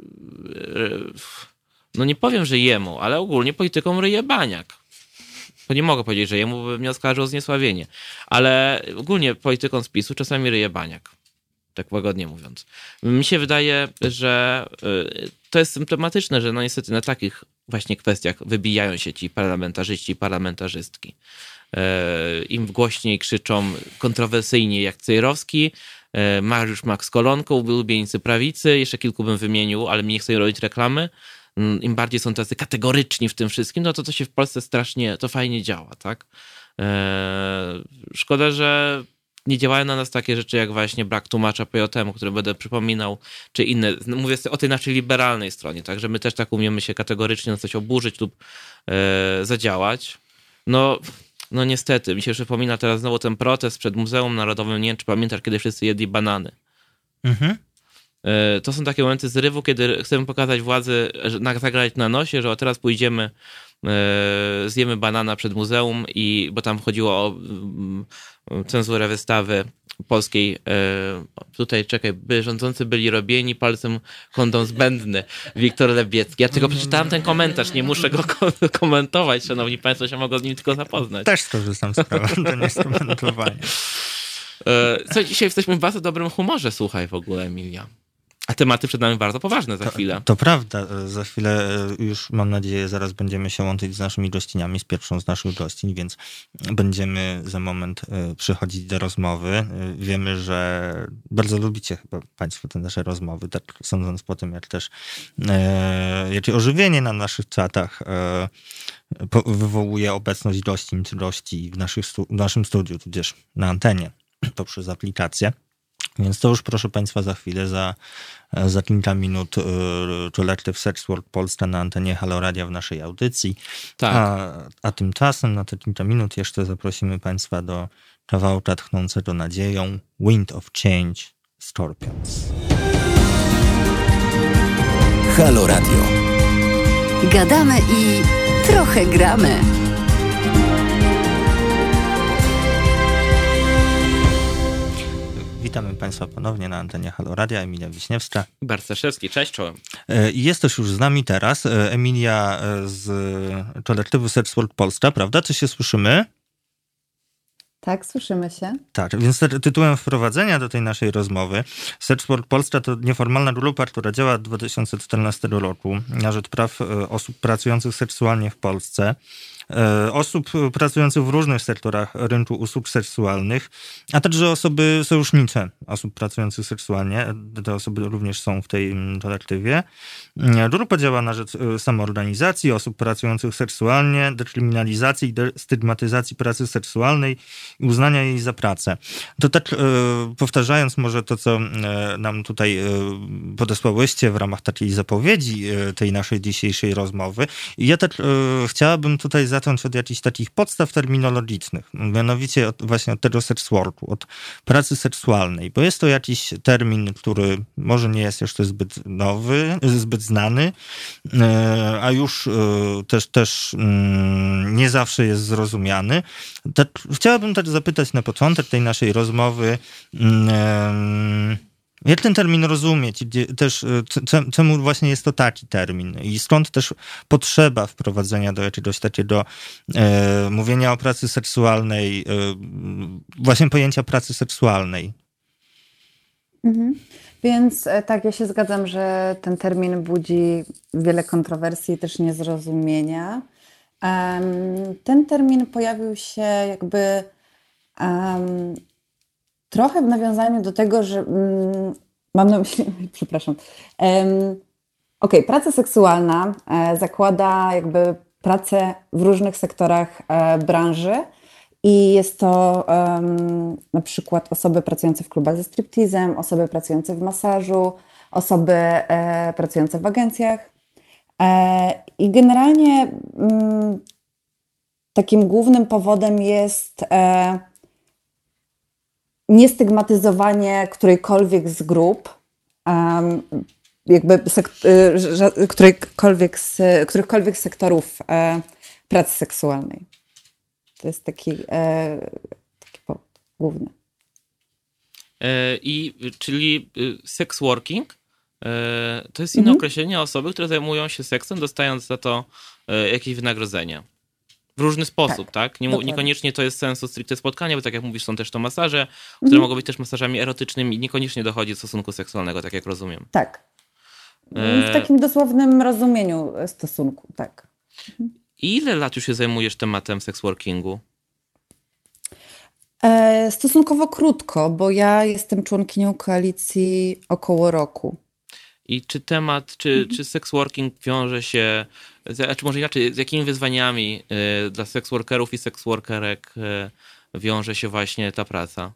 y, no nie powiem, że jemu, ale ogólnie polityką ryje baniak. Bo nie mogę powiedzieć, że jemu by mnie oskarżył o zniesławienie, ale ogólnie polityką z PiSu czasami ryje baniak. Tak łagodnie mówiąc. Mi się wydaje, że y, to jest symptomatyczne, że no niestety na takich właśnie kwestiach wybijają się ci parlamentarzyści i parlamentarzystki. Y, Im głośniej krzyczą kontrowersyjnie jak Cejrowski, y, Mariusz Max Kolonko, ulubieńcy prawicy, jeszcze kilku bym wymienił, ale mi nie chcę robić reklamy. Y, Im bardziej są tacy kategoryczni w tym wszystkim, no to to się w Polsce strasznie, to fajnie działa, tak? Y, Szkoda, że nie działają na nas takie rzeczy jak właśnie brak tłumacza P J M-u, który będę przypominał, czy inne. Mówię o tej naszej liberalnej stronie, tak, że my też tak umiemy się kategorycznie na coś oburzyć lub e, zadziałać. No, no niestety, mi się przypomina teraz znowu ten protest przed Muzeum Narodowym. Nie wiem, czy pamiętasz, kiedy wszyscy jedli banany.
Mhm.
E, to są takie momenty zrywu, kiedy chcemy pokazać władzy, że na, zagrać na nosie, że o teraz pójdziemy, e, zjemy banana przed muzeum, i bo tam chodziło o mm, cenzurę wystawy polskiej. Tutaj, czekaj, by rządzący byli robieni palcem kondom zbędny. Wiktor Lebiecki. Ja tylko przeczytałem ten komentarz, nie muszę go ko- komentować, szanowni państwo, się mogą z nim tylko zapoznać.
Też skorzystam z prawa do nieinstrumentowania.
Co, dzisiaj jesteśmy w bardzo dobrym humorze, słuchaj w ogóle, Emilia. A tematy przed nami bardzo poważne za chwilę.
To, to prawda. Za chwilę już, mam nadzieję, zaraz będziemy się łączyć z naszymi gościniami, z pierwszą z naszych gościń, więc będziemy za moment przychodzić do rozmowy. Wiemy, że bardzo lubicie chyba państwo te nasze rozmowy, tak sądząc po tym, jak też e, jakie ożywienie na naszych czatach e, po, wywołuje obecność gościń czy gości w, naszych stu, w naszym studiu, tudzież na antenie poprzez aplikację. Więc to już, proszę państwa, za chwilę, za, za kilka minut Collective Sex Work Polska na antenie Halo Radia w naszej audycji.
Tak.
A, a tymczasem na te kilka minut jeszcze zaprosimy państwa do kawałka tchnącego nadzieją Wind of Change Scorpions.
Halo Radio. Gadamy i trochę gramy.
Witamy Państwa ponownie na antenie Halo Radia. Emilia Wiśniewska.
Bart Staszewski, cześć, czołem.
I jest też już z nami teraz Emilia z kolektywu Searchworld Polska, prawda? Czy się słyszymy?
Tak, słyszymy się.
Tak, więc tytułem wprowadzenia do tej naszej rozmowy Searchworld Polska to nieformalna grupa, która działa od dwa tysiące czternastego roku na rzecz praw osób pracujących seksualnie w Polsce. Osób pracujących w różnych sektorach rynku usług seksualnych, a także osoby sojusznicze osób pracujących seksualnie. Te osoby również są w tej kolektywie. Grupa działa na rzecz samoorganizacji osób pracujących seksualnie, dekryminalizacji i stygmatyzacji pracy seksualnej i uznania jej za pracę. To tak powtarzając może to, co nam tutaj podesłałyście w ramach takiej zapowiedzi tej naszej dzisiejszej rozmowy, ja tak chciałabym tutaj zacząć od jakichś takich podstaw terminologicznych, mianowicie od, właśnie od tego sex worku, od pracy seksualnej, bo jest to jakiś termin, który może nie jest jeszcze zbyt nowy, zbyt znany, a już też, też nie zawsze jest zrozumiany. Tak, chciałabym też zapytać na początek tej naszej rozmowy, jak ten termin rozumieć? Też, czemu właśnie jest to taki termin? I skąd też potrzeba wprowadzenia do jakiegoś takiego e, mówienia o pracy seksualnej, e, właśnie pojęcia pracy seksualnej?
Mhm. Więc tak, ja się zgadzam, że ten termin budzi wiele kontrowersji i też niezrozumienia. Um, ten termin pojawił się jakby um, trochę w nawiązaniu do tego, że mm, mam na myśli, przepraszam, um, okej, okay, praca seksualna e, zakłada jakby pracę w różnych sektorach e, branży i jest to um, na przykład osoby pracujące w klubach ze striptizem, osoby pracujące w masażu, osoby e, pracujące w agencjach e, i generalnie mm, takim głównym powodem jest e, niestygmatyzowanie którejkolwiek z grup, um, jakby sekt- y, którejkolwiek z, którychkolwiek sektorów e, pracy seksualnej. To jest taki, e, taki powód główny.
E, I czyli sex working e, to jest inne
Mhm.
określenie osoby, które zajmują się seksem, dostając za to e, jakieś wynagrodzenie. W różny sposób, tak? tak? Nie,
dokładnie.
niekoniecznie to jest sensu stricte spotkania, bo tak jak mówisz, są też to masaże, które
Mhm.
mogą być też masażami erotycznymi i niekoniecznie dochodzi do stosunku seksualnego, tak jak rozumiem.
Tak.
E,
W takim dosłownym rozumieniu stosunku, tak.
Ile lat już się zajmujesz tematem sex workingu?
E, stosunkowo krótko, bo ja jestem członkinią koalicji około roku.
I czy temat, czy,
Mhm.
czy sex working wiąże się, z, czy może inaczej, z jakimi wyzwaniami y, dla sex workerów i sex workerek y, wiąże się właśnie ta praca?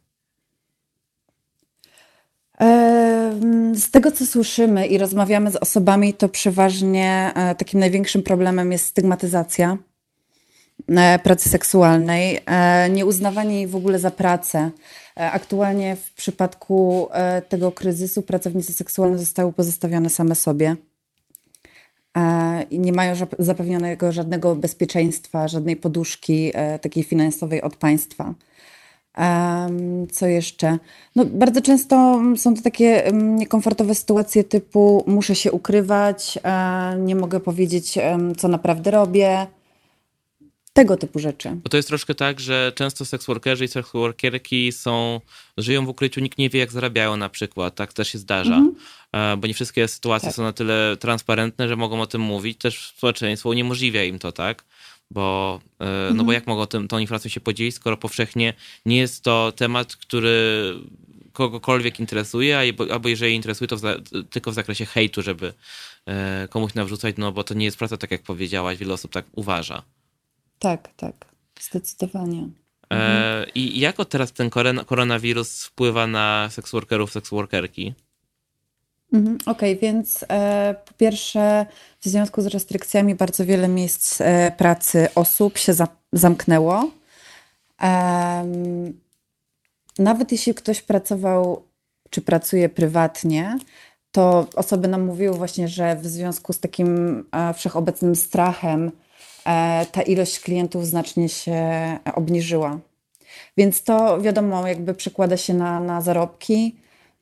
E, z tego, co słyszymy i rozmawiamy z osobami, to przeważnie e, takim największym problemem jest stygmatyzacja e, pracy seksualnej, e, nieuznawanie jej w ogóle za pracę. E, aktualnie w przypadku e, tego kryzysu pracownicy seksualne zostały pozostawione same sobie e, i nie mają ża- zapewnionego żadnego bezpieczeństwa, żadnej poduszki e, takiej finansowej od państwa. Um, co jeszcze? No, bardzo często są to takie um, niekomfortowe sytuacje typu muszę się ukrywać, e, nie mogę powiedzieć, um, co naprawdę robię. Tego typu rzeczy.
Bo to jest troszkę tak, że często sex workerzy i sex workerki są, żyją w ukryciu, nikt nie wie, jak zarabiają na przykład. Tak też się zdarza.
Mhm.
E, bo nie wszystkie sytuacje
Tak.
są na tyle transparentne, że mogą o tym mówić. Też społeczeństwo uniemożliwia im to, tak? Bo, e, no bo
Mhm.
jak mogą tym, tą informacją się podzielić, skoro powszechnie nie jest to temat, który kogokolwiek interesuje, albo, albo jeżeli interesuje, to w za, tylko w zakresie hejtu, żeby e, komuś nawrzucać, no bo to nie jest praca, tak jak powiedziałaś, wiele osób tak uważa.
Tak, tak. Zdecydowanie.
E, I jak od teraz ten koron- koronawirus wpływa na sex workerów, sex workerki?
Mhm, Okej, więc e, po pierwsze w związku z restrykcjami bardzo wiele miejsc e, pracy osób się za, zamknęło. Em, nawet jeśli ktoś pracował czy pracuje prywatnie, to osoby nam mówiły właśnie, że w związku z takim e, wszechobecnym strachem e, ta ilość klientów znacznie się obniżyła. Więc to wiadomo, jakby przekłada się na, na zarobki.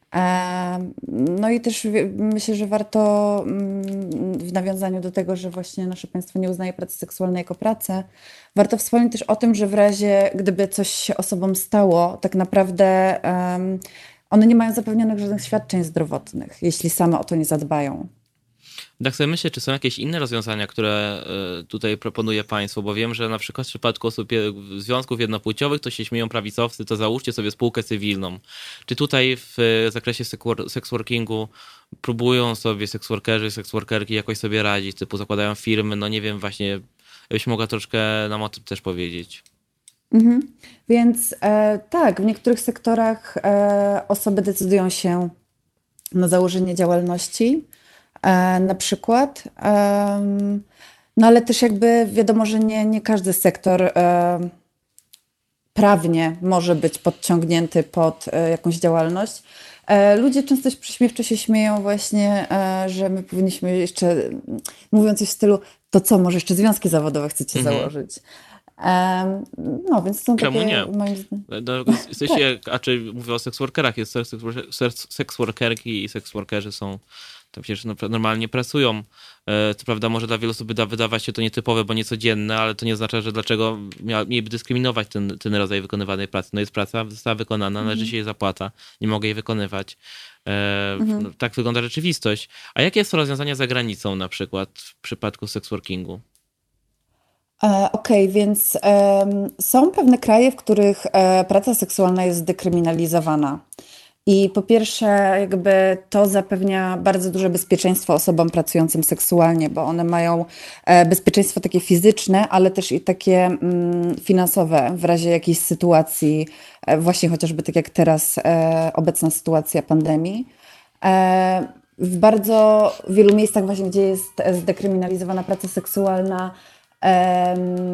No i też myślę, że warto w nawiązaniu do tego, że właśnie nasze państwo nie uznaje pracy seksualnej jako pracę, warto wspomnieć też o tym, że w razie gdyby coś się osobom stało, tak naprawdę um, one nie mają zapewnionych żadnych świadczeń zdrowotnych, jeśli same o to nie zadbają.
Tak sobie myślę, czy są jakieś inne rozwiązania, które tutaj proponuje państwo, bo wiem, że na przykład w przypadku osób, związków jednopłciowych, to się śmieją prawicowcy, to załóżcie sobie spółkę cywilną. Czy tutaj w zakresie seksworkingu próbują sobie seksworkerzy, seksworkerki jakoś sobie radzić, typu zakładają firmy, no nie wiem, właśnie, jakbyś mogła troszkę nam o tym też powiedzieć.
Mhm. Więc e, tak, w niektórych sektorach e, osoby decydują się na założenie działalności, na przykład. No ale też jakby wiadomo, że nie, nie każdy sektor prawnie może być podciągnięty pod jakąś działalność. Ludzie często prześmiewczo się śmieją właśnie, że my powinniśmy jeszcze, mówiąc coś w stylu, to co, może jeszcze związki zawodowe chcecie mhm. założyć? No, więc są
Czemu
takie,
nie?
moim zdaniem...
No, w sensie, tak. A czy mówię o seksworkerach, jest seksworkerki i seksworkerzy są... To przecież normalnie pracują. Co prawda może dla wielu osób da wydawać się to nietypowe, bo niecodzienne, ale to nie oznacza, że dlaczego mieliby dyskryminować ten, ten rodzaj wykonywanej pracy. No jest praca, została wykonana, należy się jej zapłata, nie mogę jej wykonywać. Mhm. No, tak wygląda rzeczywistość. A jakie są rozwiązania za granicą na przykład w przypadku seksworkingu?
Okej, okay, więc um, są pewne kraje, w których e, praca seksualna jest dekryminalizowana. I po pierwsze, jakby to zapewnia bardzo duże bezpieczeństwo osobom pracującym seksualnie, bo one mają bezpieczeństwo takie fizyczne, ale też i takie mm, finansowe w razie jakiejś sytuacji, właśnie chociażby tak jak teraz e, obecna sytuacja pandemii. E, w bardzo wielu miejscach właśnie, gdzie jest zdekryminalizowana praca seksualna, e,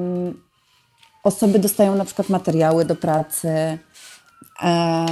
osoby dostają na przykład materiały do pracy. E,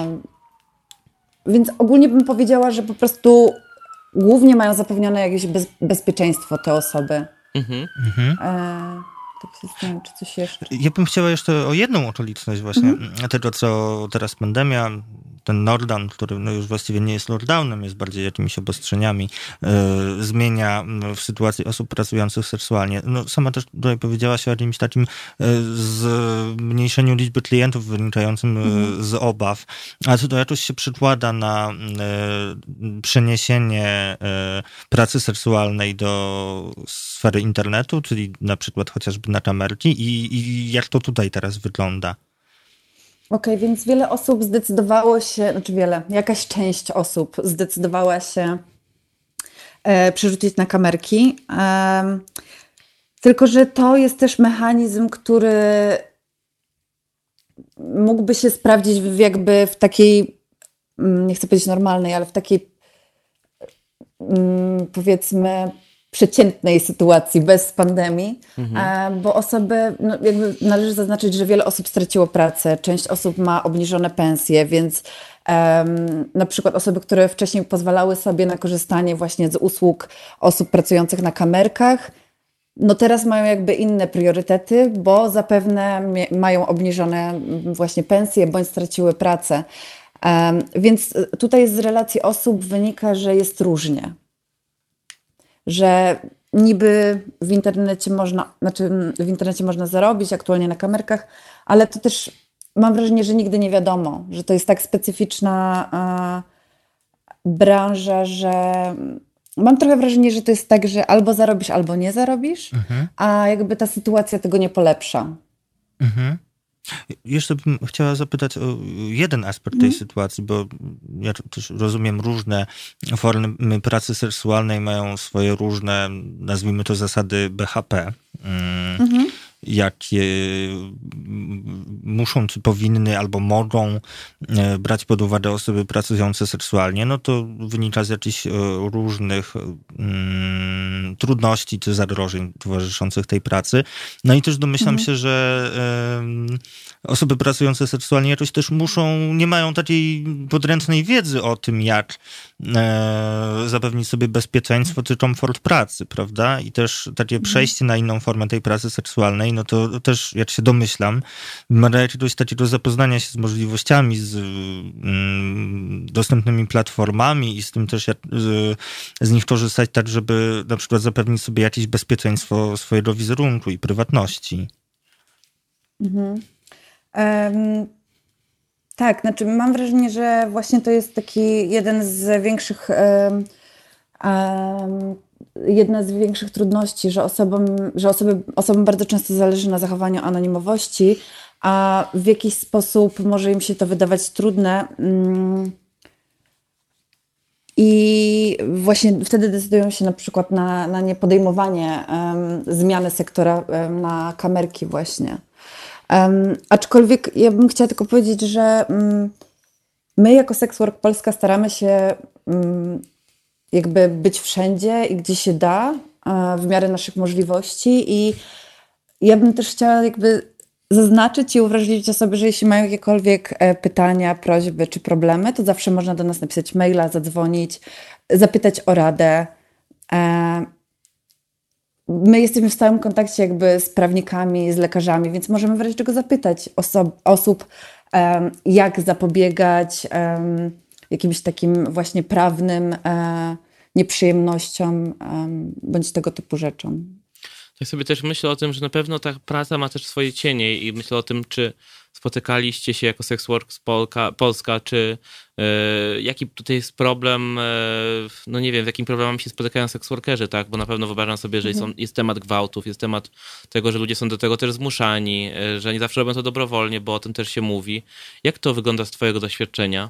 Więc ogólnie bym powiedziała, że po prostu głównie mają zapewnione jakieś bez, bezpieczeństwo te osoby. Mhm. E, tak się zastanawiam, czy coś jeszcze.
Ja bym chciała jeszcze o jedną okoliczność właśnie mhm. tego, co teraz pandemia, ten lockdown, który no już właściwie nie jest lockdownem, jest bardziej jakimiś obostrzeniami, yy, zmienia w sytuacji osób pracujących seksualnie. No, sama też tutaj powiedziałaś o jakimś takim yy, zmniejszeniu liczby klientów wynikającym yy, z obaw, ale to jakoś się przykłada na yy, przeniesienie yy, pracy seksualnej do sfery internetu, czyli na przykład chociażby na kamerki i, i jak to tutaj teraz wygląda?
Okej, okay, więc wiele osób zdecydowało się, znaczy wiele, jakaś część osób zdecydowała się e, przerzucić na kamerki. E, tylko, że to jest też mechanizm, który mógłby się sprawdzić w, jakby w takiej, nie chcę powiedzieć normalnej, ale w takiej mm, powiedzmy przeciętnej sytuacji bez pandemii, mhm. bo osoby, no jakby należy zaznaczyć, że wiele osób straciło pracę, część osób ma obniżone pensje, więc um, na przykład osoby, które wcześniej pozwalały sobie na korzystanie właśnie z usług osób pracujących na kamerkach, no teraz mają jakby inne priorytety, bo zapewne mie- mają obniżone właśnie pensje bądź straciły pracę. Um, więc tutaj z relacji osób wynika, że jest różnie. Że niby w internecie można, znaczy w internecie można zarobić, aktualnie na kamerkach, ale to też mam wrażenie, że nigdy nie wiadomo, że to jest tak specyficzna a, branża, że mam trochę wrażenie, że to jest tak, że albo zarobisz, albo nie zarobisz, mhm. a jakby ta sytuacja tego nie polepsza.
Mhm. Jeszcze bym chciała zapytać o jeden aspekt tej mm. sytuacji, bo ja też rozumiem, różne formy pracy seksualnej mają swoje różne, nazwijmy to, zasady B H P, mm-hmm. jakie muszą, czy powinny, albo mogą brać pod uwagę osoby pracujące seksualnie. No to wynika z jakichś różnych mm, trudności czy zagrożeń towarzyszących tej pracy. No i też domyślam mm-hmm. się, że y, osoby pracujące seksualnie jakoś też muszą, nie mają takiej podręcznej wiedzy o tym, jak e, zapewnić sobie bezpieczeństwo czy komfort pracy, prawda? I też takie przejście na inną formę tej pracy seksualnej, no to też, jak się domyślam, wymaga dać ilość takiego zapoznania się z możliwościami, z mm, dostępnymi platformami i z tym też jak z, z nich korzystać tak, żeby na przykład zapewnić sobie jakieś bezpieczeństwo swojego wizerunku i prywatności.
Mhm. Um, tak, znaczy mam wrażenie, że właśnie to jest taki jeden z większych um, um, jedna z większych trudności, że osobom, że osoby, osobom bardzo często zależy na zachowaniu anonimowości, a w jakiś sposób może im się to wydawać trudne. Um, I właśnie wtedy decydują się na przykład na, na niepodejmowanie um, zmiany sektora um, na kamerki właśnie. Um, aczkolwiek ja bym chciała tylko powiedzieć, że um, my jako Sex Work Polska staramy się um, jakby być wszędzie i gdzie się da um, w miarę naszych możliwości i ja bym też chciała jakby zaznaczyć i uwrażliwić osoby, że jeśli mają jakiekolwiek pytania, prośby czy problemy, to zawsze można do nas napisać maila, zadzwonić, zapytać o radę. My jesteśmy w stałym kontakcie jakby z prawnikami, z lekarzami, więc możemy w razie czego zapytać oso- osób, jak zapobiegać jakimś takim właśnie prawnym nieprzyjemnościom bądź tego typu rzeczom.
Ja sobie też myślę o tym, że na pewno ta praca ma też swoje cienie i myślę o tym, czy spotykaliście się jako Sex Work Polska, Polska czy y, jaki tutaj jest problem, y, no nie wiem, z jakim problemem się spotykają seksworkerzy, tak? Bo na pewno wyobrażam sobie, że jest, on, jest temat gwałtów, jest temat tego, że ludzie są do tego też zmuszani, y, że nie zawsze robią to dobrowolnie, bo o tym też się mówi. Jak to wygląda z twojego doświadczenia?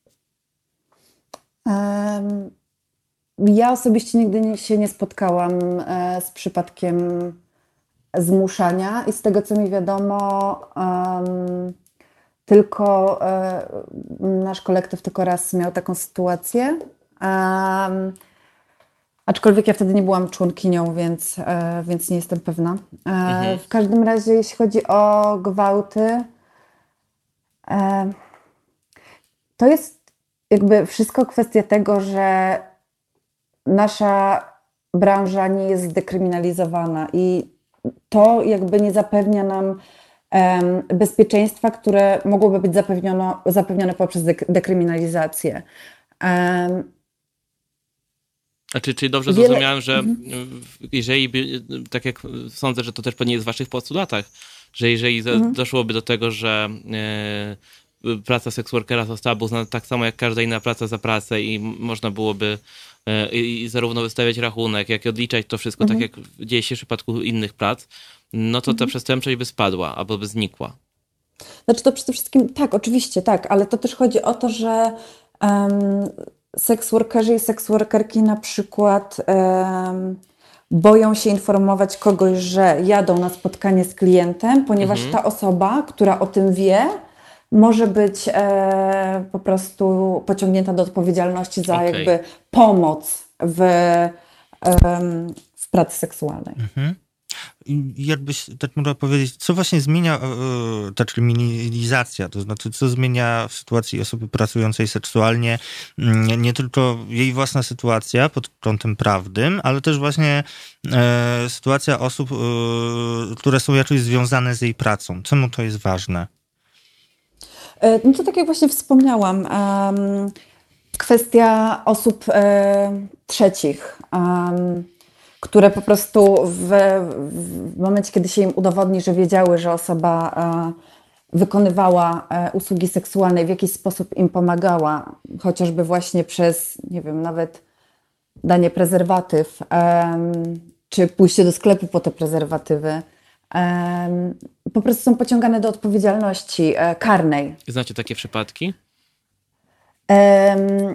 Um... Ja osobiście nigdy się nie spotkałam z przypadkiem zmuszania i z tego, co mi wiadomo, um, tylko um, nasz kolektyw tylko raz miał taką sytuację. Um, aczkolwiek ja wtedy nie byłam członkinią, więc, um, więc nie jestem pewna. Um, mhm. W każdym razie, jeśli chodzi o gwałty, um, to jest jakby wszystko kwestia tego, że nasza branża nie jest zdekryminalizowana i to jakby nie zapewnia nam um, bezpieczeństwa, które mogłoby być zapewnione, zapewnione poprzez dek- dekryminalizację. Um,
A czy, czyli dobrze
wiele...
zrozumiałem, że
mhm.
jeżeli, by, tak jak sądzę, że to też pewnie jest w waszych postulatach, że jeżeli mhm. doszłoby do tego, że e, praca seksworkera zostałaby uznana tak samo jak każda inna praca za pracę i można byłoby i zarówno wystawiać rachunek, jak i odliczać to wszystko, mhm. tak jak dzieje się w przypadku innych prac, no to ta mhm. przestępczość by spadła albo by znikła.
Znaczy to przede wszystkim, tak, oczywiście, tak, ale to też chodzi o to, że um, seksworkerzy i seksworkerki na przykład um, boją się informować kogoś, że jadą na spotkanie z klientem, ponieważ mhm. ta osoba, która o tym wie, może być e, po prostu pociągnięta do odpowiedzialności za okay. jakby pomoc w, e, w pracy seksualnej.
Mhm. I jakbyś tak mogła powiedzieć, co właśnie zmienia e, ta kryminalizacja, to znaczy co zmienia w sytuacji osoby pracującej seksualnie, nie, nie tylko jej własna sytuacja pod kątem prawnym, ale też właśnie e, sytuacja osób, e, które są jakoś związane z jej pracą. Czemu to jest ważne?
No to tak jak właśnie wspomniałam, um, kwestia osób um, trzecich, um, które po prostu w, w momencie, kiedy się im udowodni, że wiedziały, że osoba um, wykonywała um, usługi seksualne i w jakiś sposób im pomagała, chociażby właśnie przez, nie wiem, nawet danie prezerwatyw, um, czy pójście do sklepu po te prezerwatywy, Um, po prostu są pociągane do odpowiedzialności e, karnej.
Znacie takie przypadki?
Um,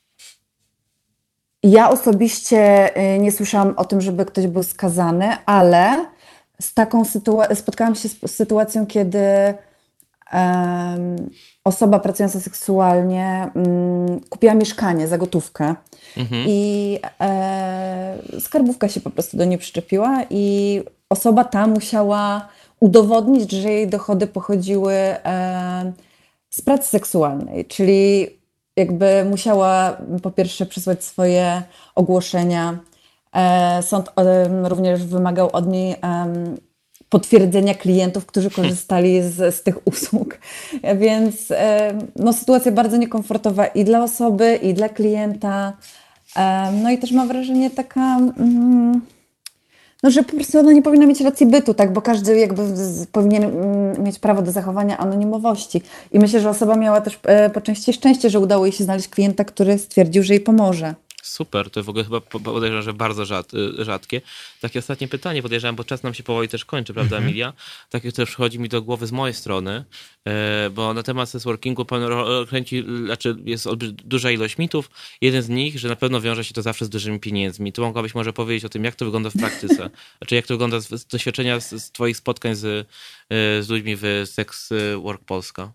ja osobiście e, nie słyszałam o tym, żeby ktoś był skazany, ale z taką sytua- spotkałam się z, z sytuacją, kiedy um, osoba pracująca seksualnie um, kupiła mieszkanie za gotówkę mhm. i e, skarbówka się po prostu do niej przyczepiła i osoba ta musiała udowodnić, że jej dochody pochodziły e, z pracy seksualnej, czyli jakby musiała po pierwsze przysłać swoje ogłoszenia. E, sąd e, również wymagał od niej e, potwierdzenia klientów, którzy korzystali z, z tych usług. Więc e, no, sytuacja bardzo niekomfortowa i dla osoby, i dla klienta. E, no i też mam wrażenie taka... Mm, No, że po prostu ona nie powinna mieć racji bytu, tak? Bo każdy jakby z, powinien mm, mieć prawo do zachowania anonimowości. I myślę, że osoba miała też e, po części szczęście, że udało jej się znaleźć klienta, który stwierdził, że jej pomoże.
Super, to w ogóle chyba podejrzewam, że bardzo rzad, rzadkie. Takie ostatnie pytanie podejrzewam, bo czas nam się powoli też kończy, prawda,
Mhm.
Emilia? Takie, które przychodzi mi do głowy z mojej strony, e, bo na temat workingu kręci, znaczy jest duża ilość mitów. Jeden z nich, że na pewno wiąże się to zawsze z dużymi pieniędzmi. Tu mogłabyś może powiedzieć o tym, jak to wygląda w praktyce? Znaczy, jak to wygląda z, z doświadczenia z, z twoich spotkań z, z ludźmi w Sex Work Polska?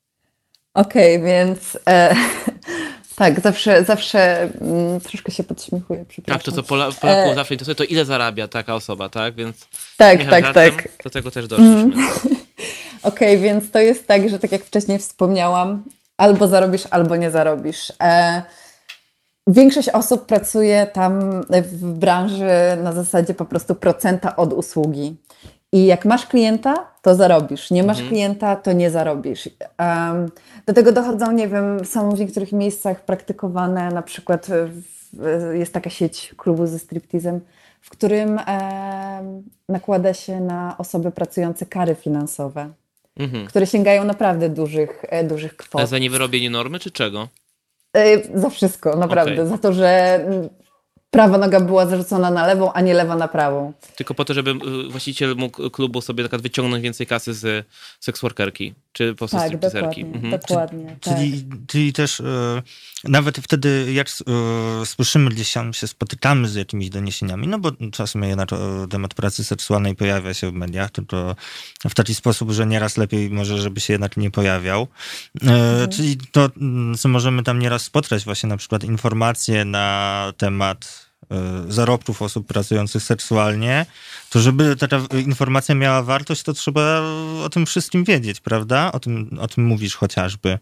Okej, okay, więc e, tak, zawsze, zawsze mm, troszkę się podśmiechuję, przepraszam.
Tak, to co Pola, Polaków
E,
zawsze interesuje, to ile zarabia taka osoba, tak? Więc
tak,
śmiechem,
tak,
żartem,
tak.
do tego też doszliśmy.
Mm. Okej, okay, więc to jest tak, że tak jak wcześniej wspomniałam, albo zarobisz, albo nie zarobisz. E, większość osób pracuje tam w branży na zasadzie po prostu procenta od usługi. I jak masz klienta, to zarobisz. Nie masz
Mhm.
klienta, to nie zarobisz. Um, do tego dochodzą, nie wiem, są w niektórych miejscach praktykowane, na przykład w, jest taka sieć klubu ze striptizem, w którym e, nakłada się na osoby pracujące kary finansowe,
Mhm.
które sięgają naprawdę dużych, e, dużych kwot.
A za niewyrobienie normy, czy czego?
E, za wszystko, naprawdę.
Okej.
Za to, że prawa noga była zarzucona na lewą, a nie lewa na prawą.
Tylko po to, żeby y, właściciel mógł klubu sobie na przykład wyciągnąć więcej kasy z seksworkerki, czy po prostu
Tak,
stripteaserki.
dokładnie,
Mhm.
dokładnie. tak.
Czyli, czyli też e, nawet wtedy, jak e, słyszymy gdzieś tam się spotykamy z jakimiś doniesieniami, no bo czasem jednak e, temat pracy seksualnej pojawia się w mediach, to, to w taki sposób, że nieraz lepiej może, żeby się jednak nie pojawiał. E,
Mhm.
Czyli to, mm, co możemy tam nieraz spotkać, właśnie na przykład informacje na temat e, zarobków osób pracujących seksualnie, to żeby taka informacja miała wartość, to trzeba o tym wszystkim wiedzieć, prawda? O tym, o tym mówisz chociażby.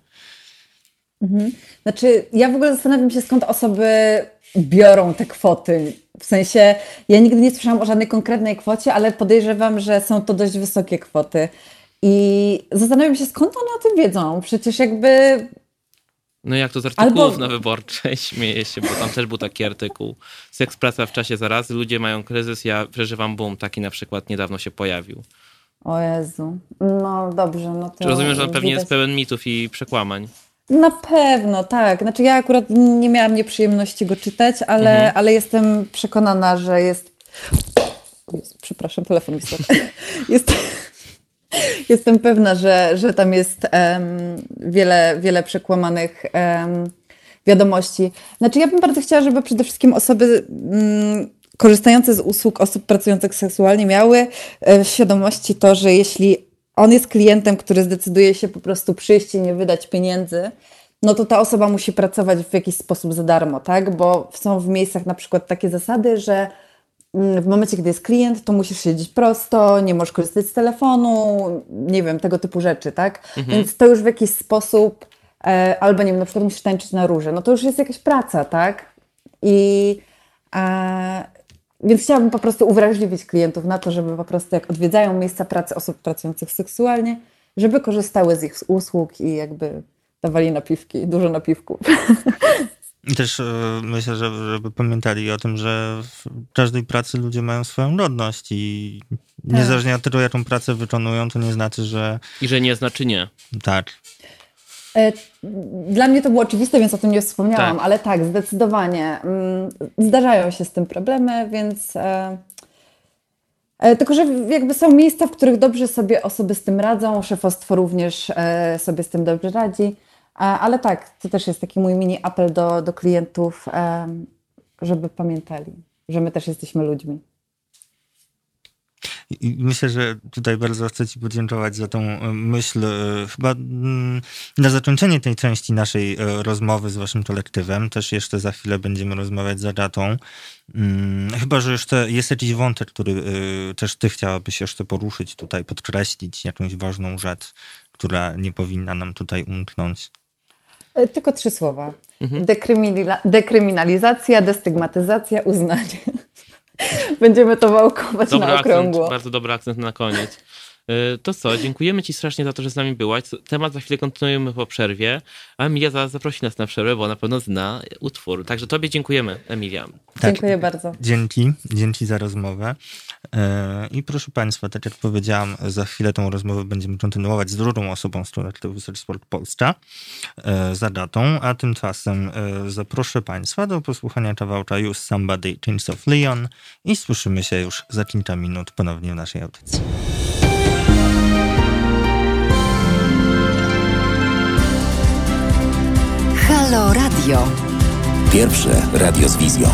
Mhm. Znaczy, ja w ogóle zastanawiam się, skąd osoby biorą te kwoty. W sensie, ja nigdy nie słyszałam o żadnej konkretnej kwocie, ale podejrzewam, że są to dość wysokie kwoty. I zastanawiam się, skąd one o tym wiedzą. Przecież jakby...
No jak to z artykułów
Albo-
na Wyborczej, śmieję się, bo tam też był taki artykuł. Seks, praca w czasie zarazy, ludzie mają kryzys, ja przeżywam boom. Taki na przykład niedawno się pojawił.
O Jezu. No dobrze, no to...
Czy rozumiem, że on pewnie
widać-
jest pełen mitów i przekłamań.
Na pewno, tak. Znaczy ja akurat nie miałam nieprzyjemności go czytać, ale,
Mhm.
ale jestem przekonana, że jest... Jezu, przepraszam, telefon mi spadł. Jest... Jestem pewna, że, że tam jest em, wiele, wiele przekłamanych em, wiadomości. Znaczy ja bym bardzo chciała, żeby przede wszystkim osoby mm, korzystające z usług osób pracujących seksualnie miały e, w świadomości to, że jeśli on jest klientem, który zdecyduje się po prostu przyjść i nie wydać pieniędzy, no to ta osoba musi pracować w jakiś sposób za darmo, tak? Bo są w miejscach na przykład takie zasady, że w momencie, gdy jest klient, to musisz siedzieć prosto, nie możesz korzystać z telefonu, nie wiem, tego typu rzeczy, tak?
Mhm.
Więc to już w jakiś sposób, e, albo nie wiem, na przykład musisz tańczyć na róże, no to już jest jakaś praca, tak? I e, więc chciałabym po prostu uwrażliwić klientów na to, żeby po prostu jak odwiedzają miejsca pracy osób pracujących seksualnie, żeby korzystały z ich usług i jakby dawali napiwki, dużo napiwków.
I też e, myślę, że, żeby pamiętali o tym, że w każdej pracy ludzie mają swoją godność i niezależnie od tego, jaką pracę wykonują, to nie znaczy, że
I że nie znaczy nie.
tak.
E, Dla mnie to było oczywiste, więc o tym nie wspomniałam,
Tak.
ale tak, zdecydowanie. mm, Zdarzają się z tym problemy, więc... e, e, Tylko, że jakby są miejsca, w których dobrze sobie osoby z tym radzą, szefostwo również e, sobie z tym dobrze radzi, A, ale tak, to też jest taki mój mini apel do, do klientów, em, żeby pamiętali, że my też jesteśmy ludźmi.
I myślę, że tutaj bardzo chcę ci podziękować za tą e, myśl. e, Chyba mm, na zakończenie tej części naszej e, rozmowy z waszym kolektywem, też jeszcze za chwilę będziemy rozmawiać z Agatą. Mm, Chyba, że jeszcze jest jakiś wątek, który e, też ty chciałabyś jeszcze poruszyć tutaj, podkreślić jakąś ważną rzecz, która nie powinna nam tutaj umknąć.
E, Tylko trzy słowa.
Mhm.
Dekryminaliza- dekryminalizacja, destygmatyzacja, uznanie. Będziemy to wałkować
Dobry
na okrągło.
akcent, bardzo dobry akcent na koniec. To co, dziękujemy ci strasznie za to, że z nami byłaś. Temat za chwilę kontynuujemy po przerwie, a Emilia zaraz zaprosi nas na przerwę, bo na pewno zna utwór. Także tobie dziękujemy, Emilia.
Tak,
Dziękuję bardzo.
Dzięki, dzięki za rozmowę. I proszę Państwa, tak jak powiedziałam, za chwilę tą rozmowę będziemy kontynuować z drugą osobą z kolektywu Search Sport Polska za datą, a tymczasem zaproszę Państwa do posłuchania kawałka Use Somebody, Kings of Leon i słyszymy się już za kilka minut ponownie w naszej audycji.
Halo Radio.
Pierwsze radio z wizją.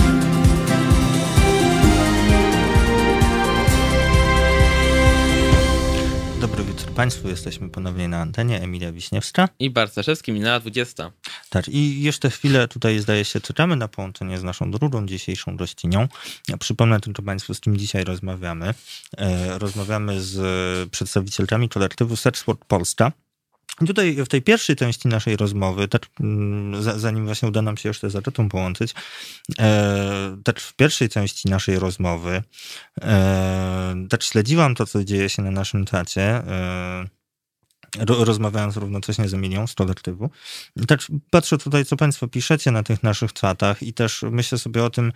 Dobry wieczór Państwu, jesteśmy ponownie na antenie. Emilia Wiśniewska
i Bart Staszewski, minęła dwudziesta.
Tak, i jeszcze chwilę tutaj zdaje się czekamy na połączenie z naszą drugą dzisiejszą gościnią. Ja przypomnę tylko Państwu, z kim dzisiaj rozmawiamy. E, rozmawiamy z przedstawicielkami kolektywu Search Sport Polska. Tutaj w tej pierwszej części naszej rozmowy, tak, zanim właśnie uda nam się jeszcze za tą połączyć, e, tak w pierwszej części naszej rozmowy, e, tak śledziłam to, co dzieje się na naszym czacie, e, ro, rozmawiając równocześnie z Emilią z kolektywu. I tak patrzę tutaj, co Państwo piszecie na tych naszych czatach i też myślę sobie o tym,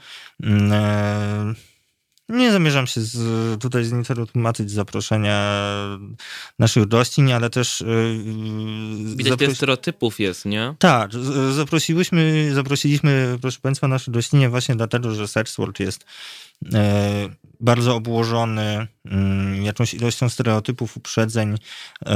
e, nie zamierzam się z, tutaj z niczego tłumaczyć zaproszenia naszych gościń, ale też... Yy,
Widać, zapros... stereotypów jest, nie?
Tak, zaprosiłyśmy, zaprosiliśmy, proszę Państwa, nasze gościnie właśnie dlatego, że Search Sport jest yy, bardzo obłożony yy, jakąś ilością stereotypów, uprzedzeń. Yy,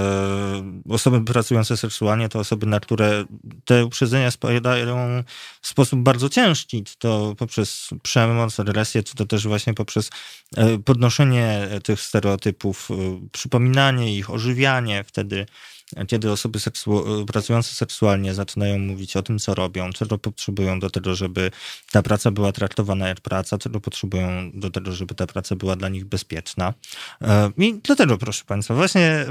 osoby pracujące seksualnie to osoby, na które te uprzedzenia spadają w sposób bardzo ciężki, czy to poprzez przemoc, agresję, czy to też właśnie poprzez podnoszenie tych stereotypów, przypominanie ich, ożywianie wtedy, kiedy osoby seksu- pracujące seksualnie zaczynają mówić o tym, co robią, czego potrzebują do tego, żeby ta praca była traktowana jak praca, czego potrzebują do tego, żeby ta praca była dla nich bezpieczna. I dlatego, proszę Państwa, właśnie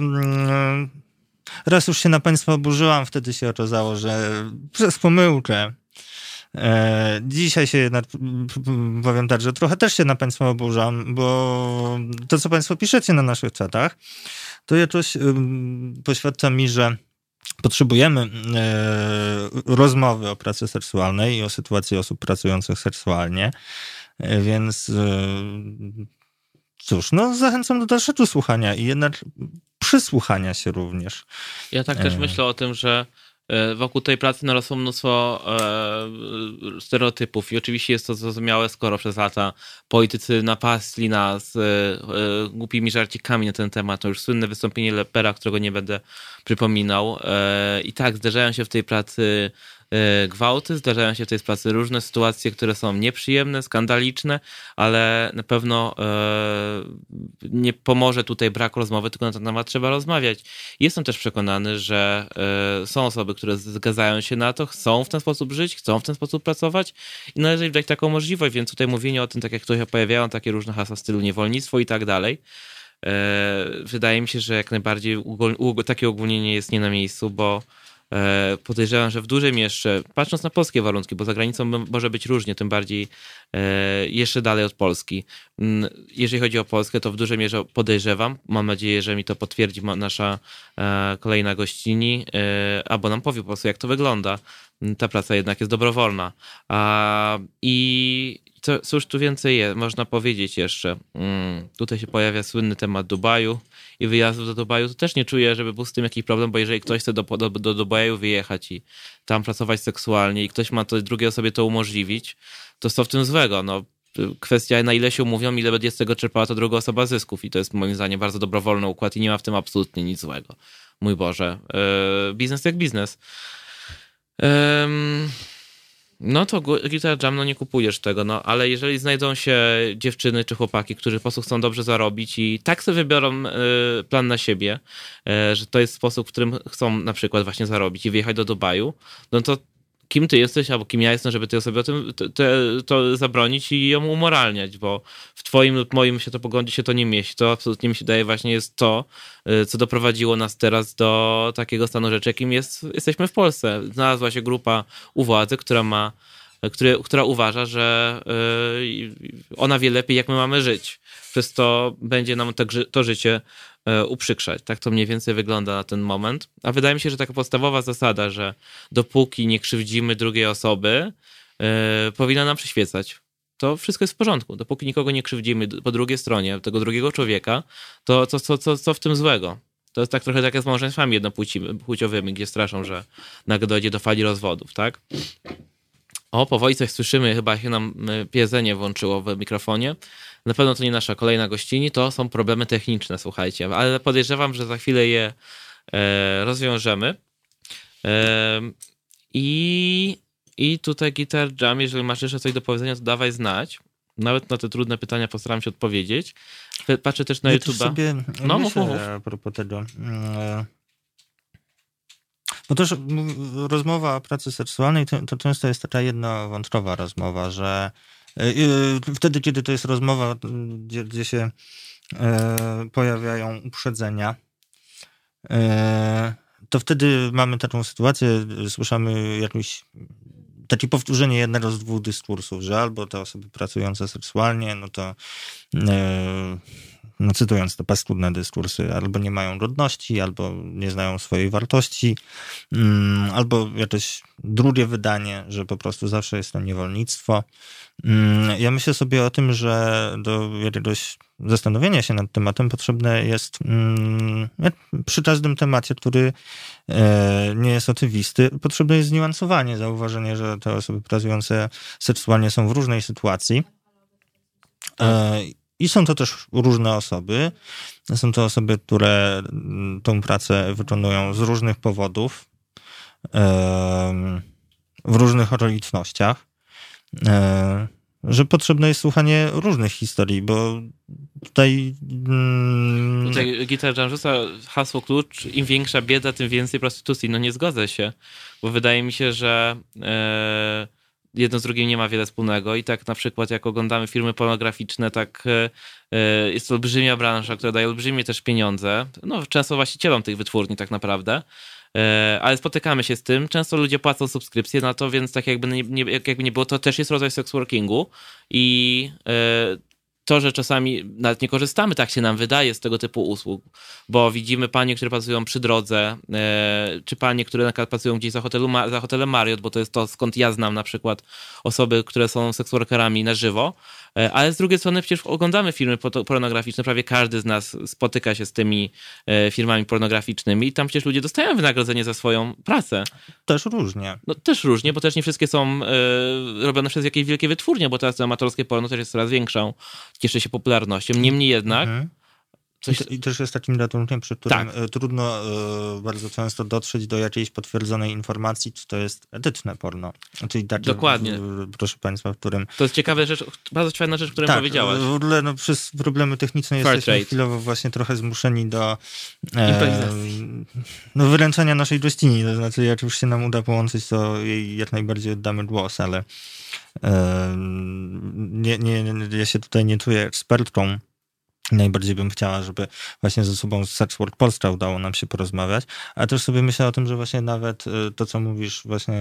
raz już się na Państwa oburzyłam, wtedy się okazało, że przez pomyłkę dzisiaj się jednak, powiem tak, że trochę też się na Państwa oburzam, bo to, co Państwo piszecie na naszych czatach, to jakoś poświadcza mi, że potrzebujemy rozmowy o pracy seksualnej i o sytuacji osób pracujących seksualnie, więc cóż, no zachęcam do dalszego słuchania i jednak przysłuchania się również.
Ja tak też myślę o tym, że wokół tej pracy narosło mnóstwo e, stereotypów i oczywiście jest to zrozumiałe, skoro przez lata politycy napastli nas e, e, głupimi żarcikami na ten temat. To już słynne wystąpienie Lepera, którego nie będę przypominał. E, I tak, zdarzają się w tej pracy e, gwałty, zdarzają się w tej pracy różne sytuacje, które są nieprzyjemne, skandaliczne, ale na pewno e, nie pomoże tutaj brak rozmowy, tylko na ten temat trzeba rozmawiać. Jestem też przekonany, że e, są osoby, które zgadzają się na to, chcą w ten sposób żyć, chcą w ten sposób pracować i należy im dać taką możliwość, więc tutaj mówienie o tym, tak jak ktoś pojawiają takie różne hasła w stylu niewolnictwo i tak dalej, e, wydaje mi się, że jak najbardziej ugol, ugol, takie ogólnienie jest nie na miejscu, bo e, podejrzewam, że w dużej mierze, patrząc na polskie warunki, bo za granicą może być różnie, tym bardziej e, jeszcze dalej od Polski. Jeżeli chodzi o Polskę, to w dużej mierze podejrzewam, mam nadzieję, że mi to potwierdzi nasza e, kolejna gościni, e, albo nam powie po prostu, jak to wygląda. Ta praca jednak jest dobrowolna. A, I co, cóż tu więcej jest, można powiedzieć jeszcze. Mm, tutaj się pojawia słynny temat Dubaju i wyjazdu do Dubaju. To też nie czuję, żeby był z tym jakiś problem, bo jeżeli ktoś chce do, do, do Dubaju wyjechać i tam pracować seksualnie i ktoś ma to drugiej osobie to umożliwić, to co w tym złego? No, kwestia, na ile się umówią, ile będzie z tego czerpała ta druga osoba zysków i to jest moim zdaniem bardzo dobrowolny układ i nie ma w tym absolutnie nic złego. Mój Boże. Yy, biznes jak biznes. Yy, No to Guitar Jam, no nie kupujesz tego, no ale jeżeli znajdą się dziewczyny czy chłopaki, którzy po prostu chcą dobrze zarobić i tak sobie wybiorą y, plan na siebie, y, że to jest sposób, w którym chcą na przykład właśnie zarobić i wyjechać do Dubaju, no to kim ty jesteś albo kim ja jestem, żeby tej osobie o tym te, te, to zabronić i ją umoralniać, bo w twoim lub moim światopoglądzie się to nie mieści. To absolutnie mi się daje właśnie jest to, co doprowadziło nas teraz do takiego stanu rzeczy, jakim jest, jesteśmy w Polsce. Znalazła się grupa u władzy, która ma który, która uważa, że y, ona wie lepiej, jak my mamy żyć. Przez to będzie nam to, to życie y, uprzykrzać. Tak to mniej więcej wygląda na ten moment. A wydaje mi się, że taka podstawowa zasada, że dopóki nie krzywdzimy drugiej osoby, y, powinna nam przyświecać. To wszystko jest w porządku. Dopóki nikogo nie krzywdzimy po drugiej stronie, tego drugiego człowieka, to co, co, co, co w tym złego? To jest tak trochę tak jak z małżeństwami jednopłciowymi, gdzie straszą, że nagle dojdzie do fali rozwodów, tak? O, powoli coś słyszymy, chyba się nam piedzenie włączyło w mikrofonie. Na pewno to nie nasza kolejna gościni, to są problemy techniczne, słuchajcie, ale podejrzewam, że za chwilę je e, rozwiążemy. E, i, I tutaj Guitar Jam, jeżeli masz jeszcze coś do powiedzenia, to dawaj znać. Nawet na te trudne pytania postaram się odpowiedzieć. Patrzę też na
ja
YouTube'a.
Też sobie
no,
myślę
mów, mów.
a propos tego. Bo też rozmowa o pracy seksualnej to, to często jest taka jednowątrowa rozmowa, że yy, wtedy, kiedy to jest rozmowa, gdzie, gdzie się yy, pojawiają uprzedzenia, yy, to wtedy mamy taką sytuację, słyszymy jakieś takie powtórzenie jednego z dwóch dyskursów, że albo te osoby pracujące seksualnie, no to yy, no cytując te paskudne dyskursy, albo nie mają godności, albo nie znają swojej wartości, um, albo jakieś drugie wydanie, że po prostu zawsze jest to niewolnictwo. Um, ja myślę sobie o tym, że do jakiegoś zastanowienia się nad tematem potrzebne jest um, przy każdym temacie, który e, nie jest oczywisty, potrzebne jest zniuansowanie, zauważenie, że te osoby pracujące seksualnie są w różnej sytuacji. E, I są to też różne osoby. Są to osoby, które tą pracę wykonują z różnych powodów, w różnych okolicznościach, że potrzebne jest słuchanie różnych historii, bo tutaj...
Tutaj Guitar Jam rzuca hasło klucz, im większa bieda, tym więcej prostytucji. No nie zgodzę się, bo wydaje mi się, że e, jedno z drugim nie ma wiele wspólnego i tak na przykład jak oglądamy filmy pornograficzne, tak e, jest to olbrzymia branża, która daje olbrzymie też pieniądze, no często właścicielom tych wytwórni tak naprawdę, e, ale spotykamy się z tym, często ludzie płacą subskrypcje na to, więc tak jakby nie, nie, jakby nie było, to też jest rodzaj sex workingu i e, to, że czasami nawet nie korzystamy, tak się nam wydaje, z tego typu usług, bo widzimy panie, które pracują przy drodze, e, czy panie, które na przykład pracują gdzieś za, hotelu, za hotelem Marriott, bo to jest to, skąd ja znam na przykład osoby, które są seksworkerami na żywo, e, ale z drugiej strony przecież oglądamy filmy pornograficzne, prawie każdy z nas spotyka się z tymi e, firmami pornograficznymi i tam przecież ludzie dostają wynagrodzenie za swoją pracę.
Też różnie.
No też różnie, bo też nie wszystkie są e, robione przez jakieś wielkie wytwórnie, bo teraz to amatorskie porno też jest coraz większą, cieszy się popularnością. Niemniej jednak...
Mhm.
Coś...
I też jest takim gatunkiem, przy którym
Tak.
trudno y, bardzo często dotrzeć do jakiejś potwierdzonej informacji, czy to jest etyczne porno. Czyli takie,
Dokładnie.
W, proszę państwa, w którym...
To jest ciekawa rzecz, bardzo ciekawa rzecz, którą
tak,
powiedziałaś.
w ogóle no, przez problemy techniczne
Fair
jesteśmy
trade.
chwilowo właśnie trochę zmuszeni do e, no, wyręczenia naszej gościni. To znaczy, jak już się nam uda połączyć, to jej jak najbardziej oddamy głos, ale e, nie, nie, ja się tutaj nie czuję ekspertką. Najbardziej bym chciała, żeby właśnie ze sobą z Sex Work Polska udało nam się porozmawiać, ale też sobie myślę o tym, że właśnie nawet to, co mówisz, właśnie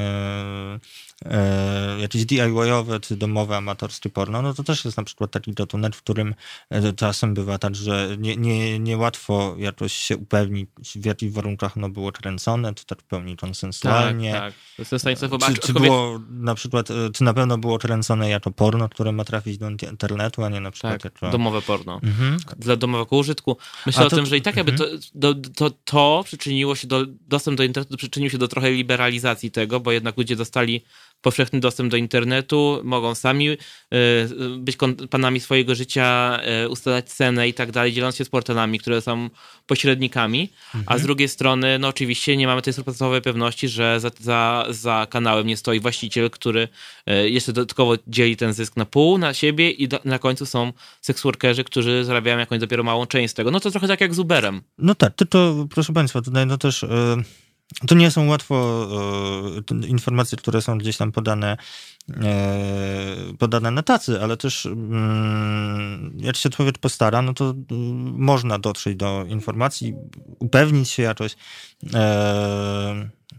e, jakieś D I Y-owe czy domowe amatorskie porno, no to też jest na przykład taki gatunek, w którym czasem bywa tak, że nie, nie, niełatwo jakoś się upewnić, w jakich warunkach ono było kręcone, czy tak w pełni konsensualnie.
Tak, tak. To jest w stanie sobie
Czy,
zobaczyć.
czy było na przykład, czy na pewno było kręcone jako porno, które ma trafić do internetu, a nie na przykład
Tak,
jako...
domowe porno.
Mhm.
Dla domowego użytku. Myślę
A
o
to-
tym, że i tak jakby to, do, to, to przyczyniło się do, dostęp do internetu przyczynił się do trochę liberalizacji tego, bo jednak ludzie dostali powszechny dostęp do internetu, mogą sami y, być kon- panami swojego życia, y, ustalać cenę i tak dalej, dzieląc się z portalami, które są pośrednikami, a z drugiej strony, no oczywiście nie mamy tej stuprocentowej pewności, że za, za, za kanałem nie stoi właściciel, który y, jeszcze dodatkowo dzieli ten zysk na pół, na siebie i do, na końcu są seksworkerzy, którzy zarabiają jakąś dopiero małą część z tego. No to trochę tak jak z Uberem.
No tak, tylko proszę państwa, tutaj no też... E, to nie są łatwo e, informacje, które są gdzieś tam podane, e, podane na tacy, ale też mm, jak się człowiek postara, no to mm, można dotrzeć do informacji, upewnić się jakoś, e,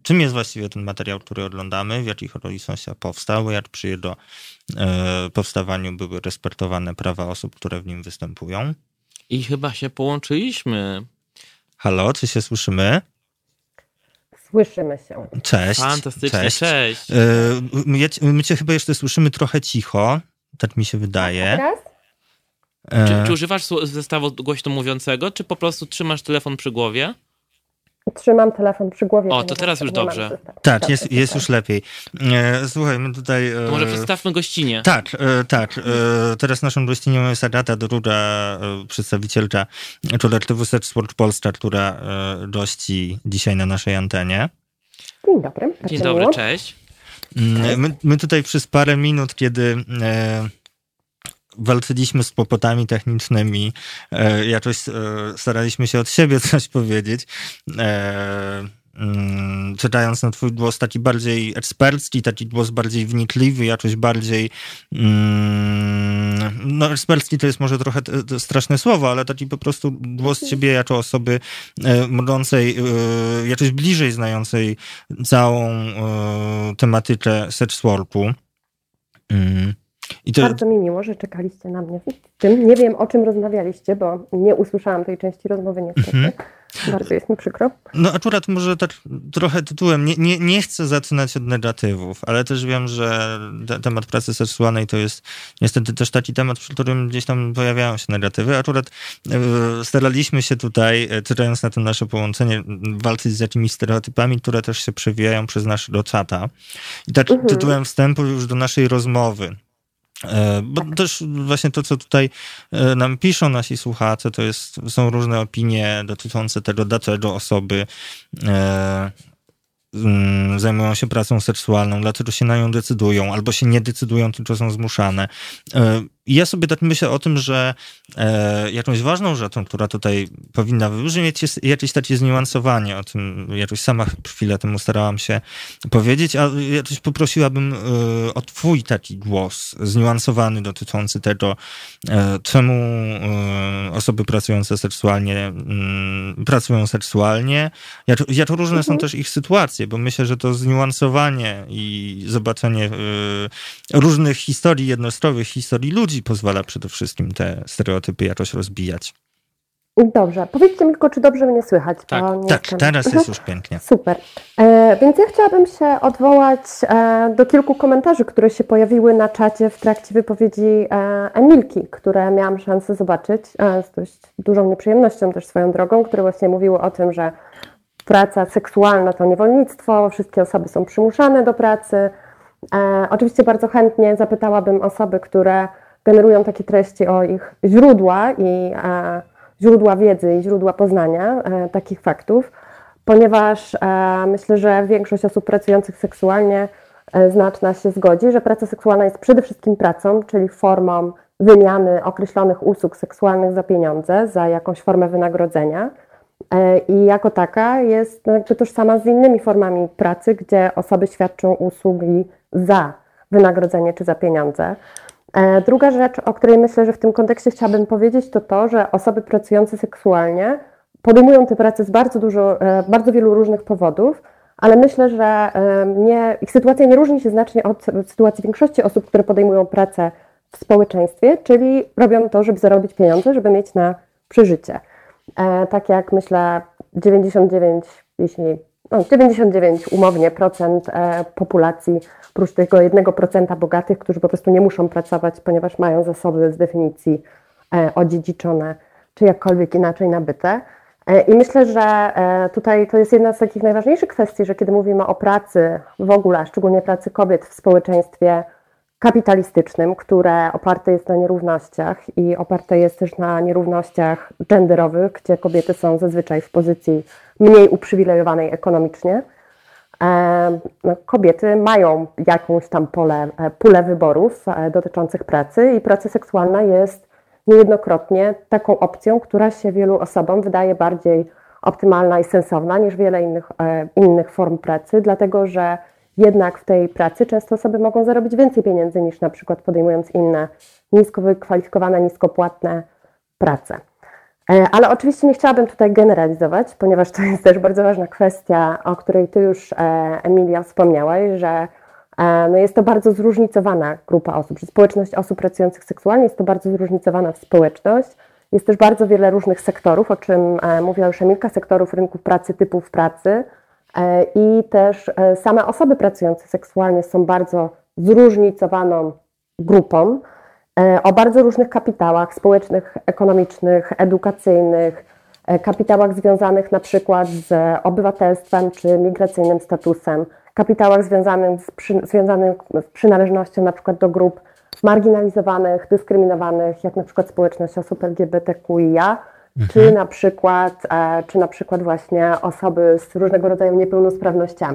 czym jest właściwie ten materiał, który oglądamy, w jakich okolicznościach powstał, jak przy jego e, powstawaniu były respektowane prawa osób, które w nim występują.
I chyba się połączyliśmy.
Halo, czy się słyszymy?
Słyszymy się.
Cześć.
Fantastycznie,
cześć.
cześć.
E, my, my cię chyba jeszcze słyszymy trochę cicho, tak mi się wydaje.
Teraz?
E,
Czy, czy używasz sło- zestawu głośno mówiącego, czy po prostu trzymasz telefon przy głowie?
Trzymam telefon przy głowie.
O, to
ponieważ
teraz już
nie mam
dobrze.
zestawu.
tak,
Dobrze,
jest, jest
super.
już lepiej. E, słuchaj, my tutaj... E,
To może przedstawmy gościnie.
Tak, e, tak. E, teraz naszą gościnią jest Agata Druga, e, przedstawicielka kolektywu Search Sport Polska, która e, gości dzisiaj na naszej antenie.
Dzień dobry. bardzo
Dzień dobry,
miło.
cześć.
Mm, My, my tutaj przez parę minut, kiedy e, walczyliśmy z kłopotami technicznymi, e, jakoś e, staraliśmy się od siebie coś powiedzieć, e, mm, czytając na twój głos taki bardziej ekspercki, taki głos bardziej wnikliwy, jakoś bardziej mm, no ekspercki to jest może trochę t- t- straszne słowo, ale taki po prostu głos ciebie jako osoby e, mogącej, e, jakoś bliżej znającej całą e, tematykę sexworku. Mm. I to,
Bardzo mi miło, że czekaliście na mnie w tym. Nie wiem, o czym rozmawialiście, bo nie usłyszałam tej części rozmowy niestety.
Mhm.
Bardzo jest mi przykro.
no akurat może tak trochę tytułem, nie, nie, nie chcę zaczynać od negatywów, ale też wiem, że te, temat pracy seksualnej to jest niestety też taki temat, przy którym gdzieś tam pojawiają się negatywy. Akurat e, staraliśmy się tutaj, e, czytając na to nasze połączenie, walczyć z jakimiś stereotypami, które też się przewijają przez naszego czata. I tak
Mhm.
tytułem wstępu już do naszej rozmowy. E, Bo też właśnie to, co tutaj e, nam piszą nasi słuchacze, to jest, są różne opinie dotyczące tego, dlaczego osoby e, mm, zajmują się pracą seksualną, dlaczego się na nią decydują, albo się nie decydują, tylko są zmuszane. E, I ja sobie tak myślę o tym, że e, jakąś ważną rzeczą, która tutaj powinna wybrzmieć, jest jakieś takie zniuansowanie. O tym jakoś sama chwilę temu starałam się powiedzieć, a jakoś poprosiłabym e, o twój taki głos zniuansowany dotyczący tego, e, czemu e, osoby pracujące seksualnie mm, pracują seksualnie, jak, jak różne są też ich sytuacje, bo myślę, że to zniuansowanie i zobaczenie e, różnych historii, jednostkowych historii ludzi pozwala przede wszystkim te stereotypy jakoś rozbijać.
Dobrze. Powiedzcie mi tylko, czy dobrze mnie słychać.
Tak,
bo nie
Tak,
jestem-
teraz
Mhm.
jest już pięknie.
Super. E, więc ja chciałabym się odwołać e, do kilku komentarzy, które się pojawiły na czacie w trakcie wypowiedzi e, Emilki, które miałam szansę zobaczyć e, z dość dużą nieprzyjemnością też swoją drogą, które właśnie mówiły o tym, że praca seksualna to niewolnictwo, wszystkie osoby są przymuszane do pracy. E, oczywiście bardzo chętnie zapytałabym osoby, które generują takie treści o ich źródła i e, źródła wiedzy i źródła poznania e, takich faktów, ponieważ e, myślę, że większość osób pracujących seksualnie e, znaczna się zgodzi, że praca seksualna jest przede wszystkim pracą, czyli formą wymiany określonych usług seksualnych za pieniądze, za jakąś formę wynagrodzenia. E, I jako taka jest jakby tożsama z innymi formami pracy, gdzie osoby świadczą usługi za wynagrodzenie czy za pieniądze. E, Druga rzecz, o której myślę, że w tym kontekście chciałabym powiedzieć, to to, że osoby pracujące seksualnie podejmują tę pracę z bardzo dużo, e, bardzo wielu różnych powodów, ale myślę, że e, nie, ich sytuacja nie różni się znacznie od sytuacji większości osób, które podejmują pracę w społeczeństwie, czyli robią to, żeby zarobić pieniądze, żeby mieć na przeżycie. E, Tak jak myślę dziewięćdziesiąt dziewięć, jeśli no, dziewięćdziesiąt dziewięć umownie procent e, populacji, oprócz tego jednego procenta bogatych, którzy po prostu nie muszą pracować, ponieważ mają zasoby z definicji e, odziedziczone, czy jakkolwiek inaczej nabyte. E, I myślę, że e, tutaj to jest jedna z takich najważniejszych kwestii, że kiedy mówimy o pracy w ogóle, a szczególnie pracy kobiet w społeczeństwie kapitalistycznym, które oparte jest na nierównościach i oparte jest też na nierównościach genderowych, gdzie kobiety są zazwyczaj w pozycji mniej uprzywilejowanej ekonomicznie. E, no, kobiety mają jakąś tam pole, e, pulę wyborów e, dotyczących pracy i praca seksualna jest niejednokrotnie taką opcją, która się wielu osobom wydaje bardziej optymalna i sensowna niż wiele innych, e, innych form pracy, dlatego że jednak w tej pracy często osoby mogą zarobić więcej pieniędzy niż na przykład podejmując inne nisko wykwalifikowane, niskopłatne prace. Ale oczywiście nie chciałabym tutaj generalizować, ponieważ to jest też bardzo ważna kwestia, o której Ty już, Emilia, wspomniałaś, że no jest to bardzo zróżnicowana grupa osób, że społeczność osób pracujących seksualnie jest to bardzo zróżnicowana społeczność. Jest też bardzo wiele różnych sektorów, o czym mówiła już Emilka, sektorów rynków pracy, typów pracy i też same osoby pracujące seksualnie są bardzo zróżnicowaną grupą, o bardzo różnych kapitałach społecznych, ekonomicznych, edukacyjnych, kapitałach związanych na przykład z obywatelstwem czy migracyjnym statusem, kapitałach związanych z, przy, związanych z przynależnością na przykład do grup marginalizowanych, dyskryminowanych, jak na przykład społeczność osób L G B T Q I A, mhm. czy na przykład, czy na przykład właśnie osoby z różnego rodzaju niepełnosprawnościami.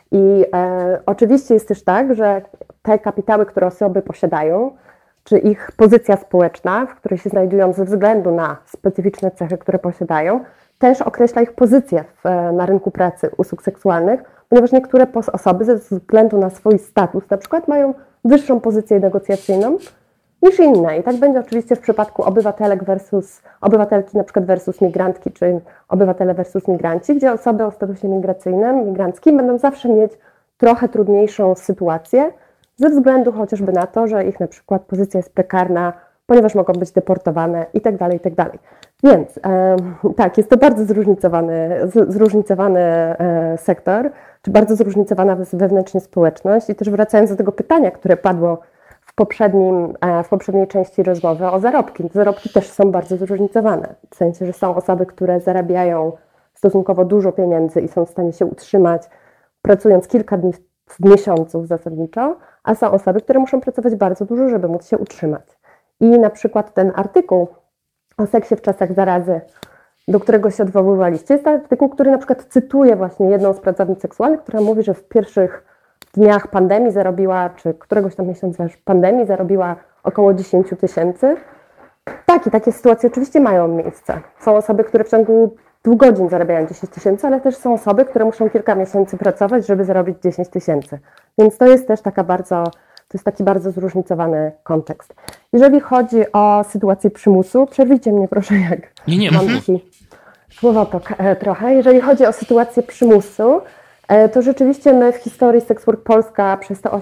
I e, oczywiście jest też tak, że te kapitały, które osoby posiadają, czy ich pozycja społeczna, w której się znajdują ze względu na specyficzne cechy, które posiadają, też określa ich pozycję w, na rynku pracy usług seksualnych, ponieważ niektóre osoby ze względu na swój status na przykład mają wyższą pozycję negocjacyjną niż inne. I tak będzie oczywiście w przypadku obywatelek versus obywatelki na przykład versus migrantki, czy obywatele versus migranci, gdzie osoby o statusie migracyjnym, migranckim będą zawsze mieć trochę trudniejszą sytuację, ze względu chociażby na to, że ich na przykład pozycja jest prekarna, ponieważ mogą być deportowane i tak dalej, i tak dalej. Więc e, tak, jest to bardzo zróżnicowany, z, zróżnicowany e, sektor, czy bardzo zróżnicowana wewnętrznie społeczność. I też wracając do tego pytania, które padło w, poprzednim, e, w poprzedniej części rozmowy o zarobki. Zarobki też są bardzo zróżnicowane, w sensie, że są osoby, które zarabiają stosunkowo dużo pieniędzy i są w stanie się utrzymać, pracując kilka dni w, w miesiącu zasadniczo, a są osoby, które muszą pracować bardzo dużo, żeby móc się utrzymać. I na przykład ten artykuł o seksie w czasach zarazy, do którego się odwoływaliście, jest to artykuł, który na przykład cytuje właśnie jedną z pracownic seksualnych, która mówi, że w pierwszych dniach pandemii zarobiła, czy któregoś tam miesiąca pandemii zarobiła około dziesięć tysięcy. Tak, i takie sytuacje oczywiście mają miejsce. Są osoby, które w ciągu dwóch godzin zarabiają dziesięć tysięcy, ale też są osoby, które muszą kilka miesięcy pracować, żeby zarobić dziesięć tysięcy. Więc to jest też taka bardzo, to jest taki bardzo zróżnicowany kontekst. Jeżeli chodzi o sytuację przymusu, przerwijcie mnie proszę, jak
nie, nie,
mam taki słowotok e, trochę. Jeżeli chodzi o sytuację przymusu, e, to rzeczywiście my w historii Sex Work Polska przez te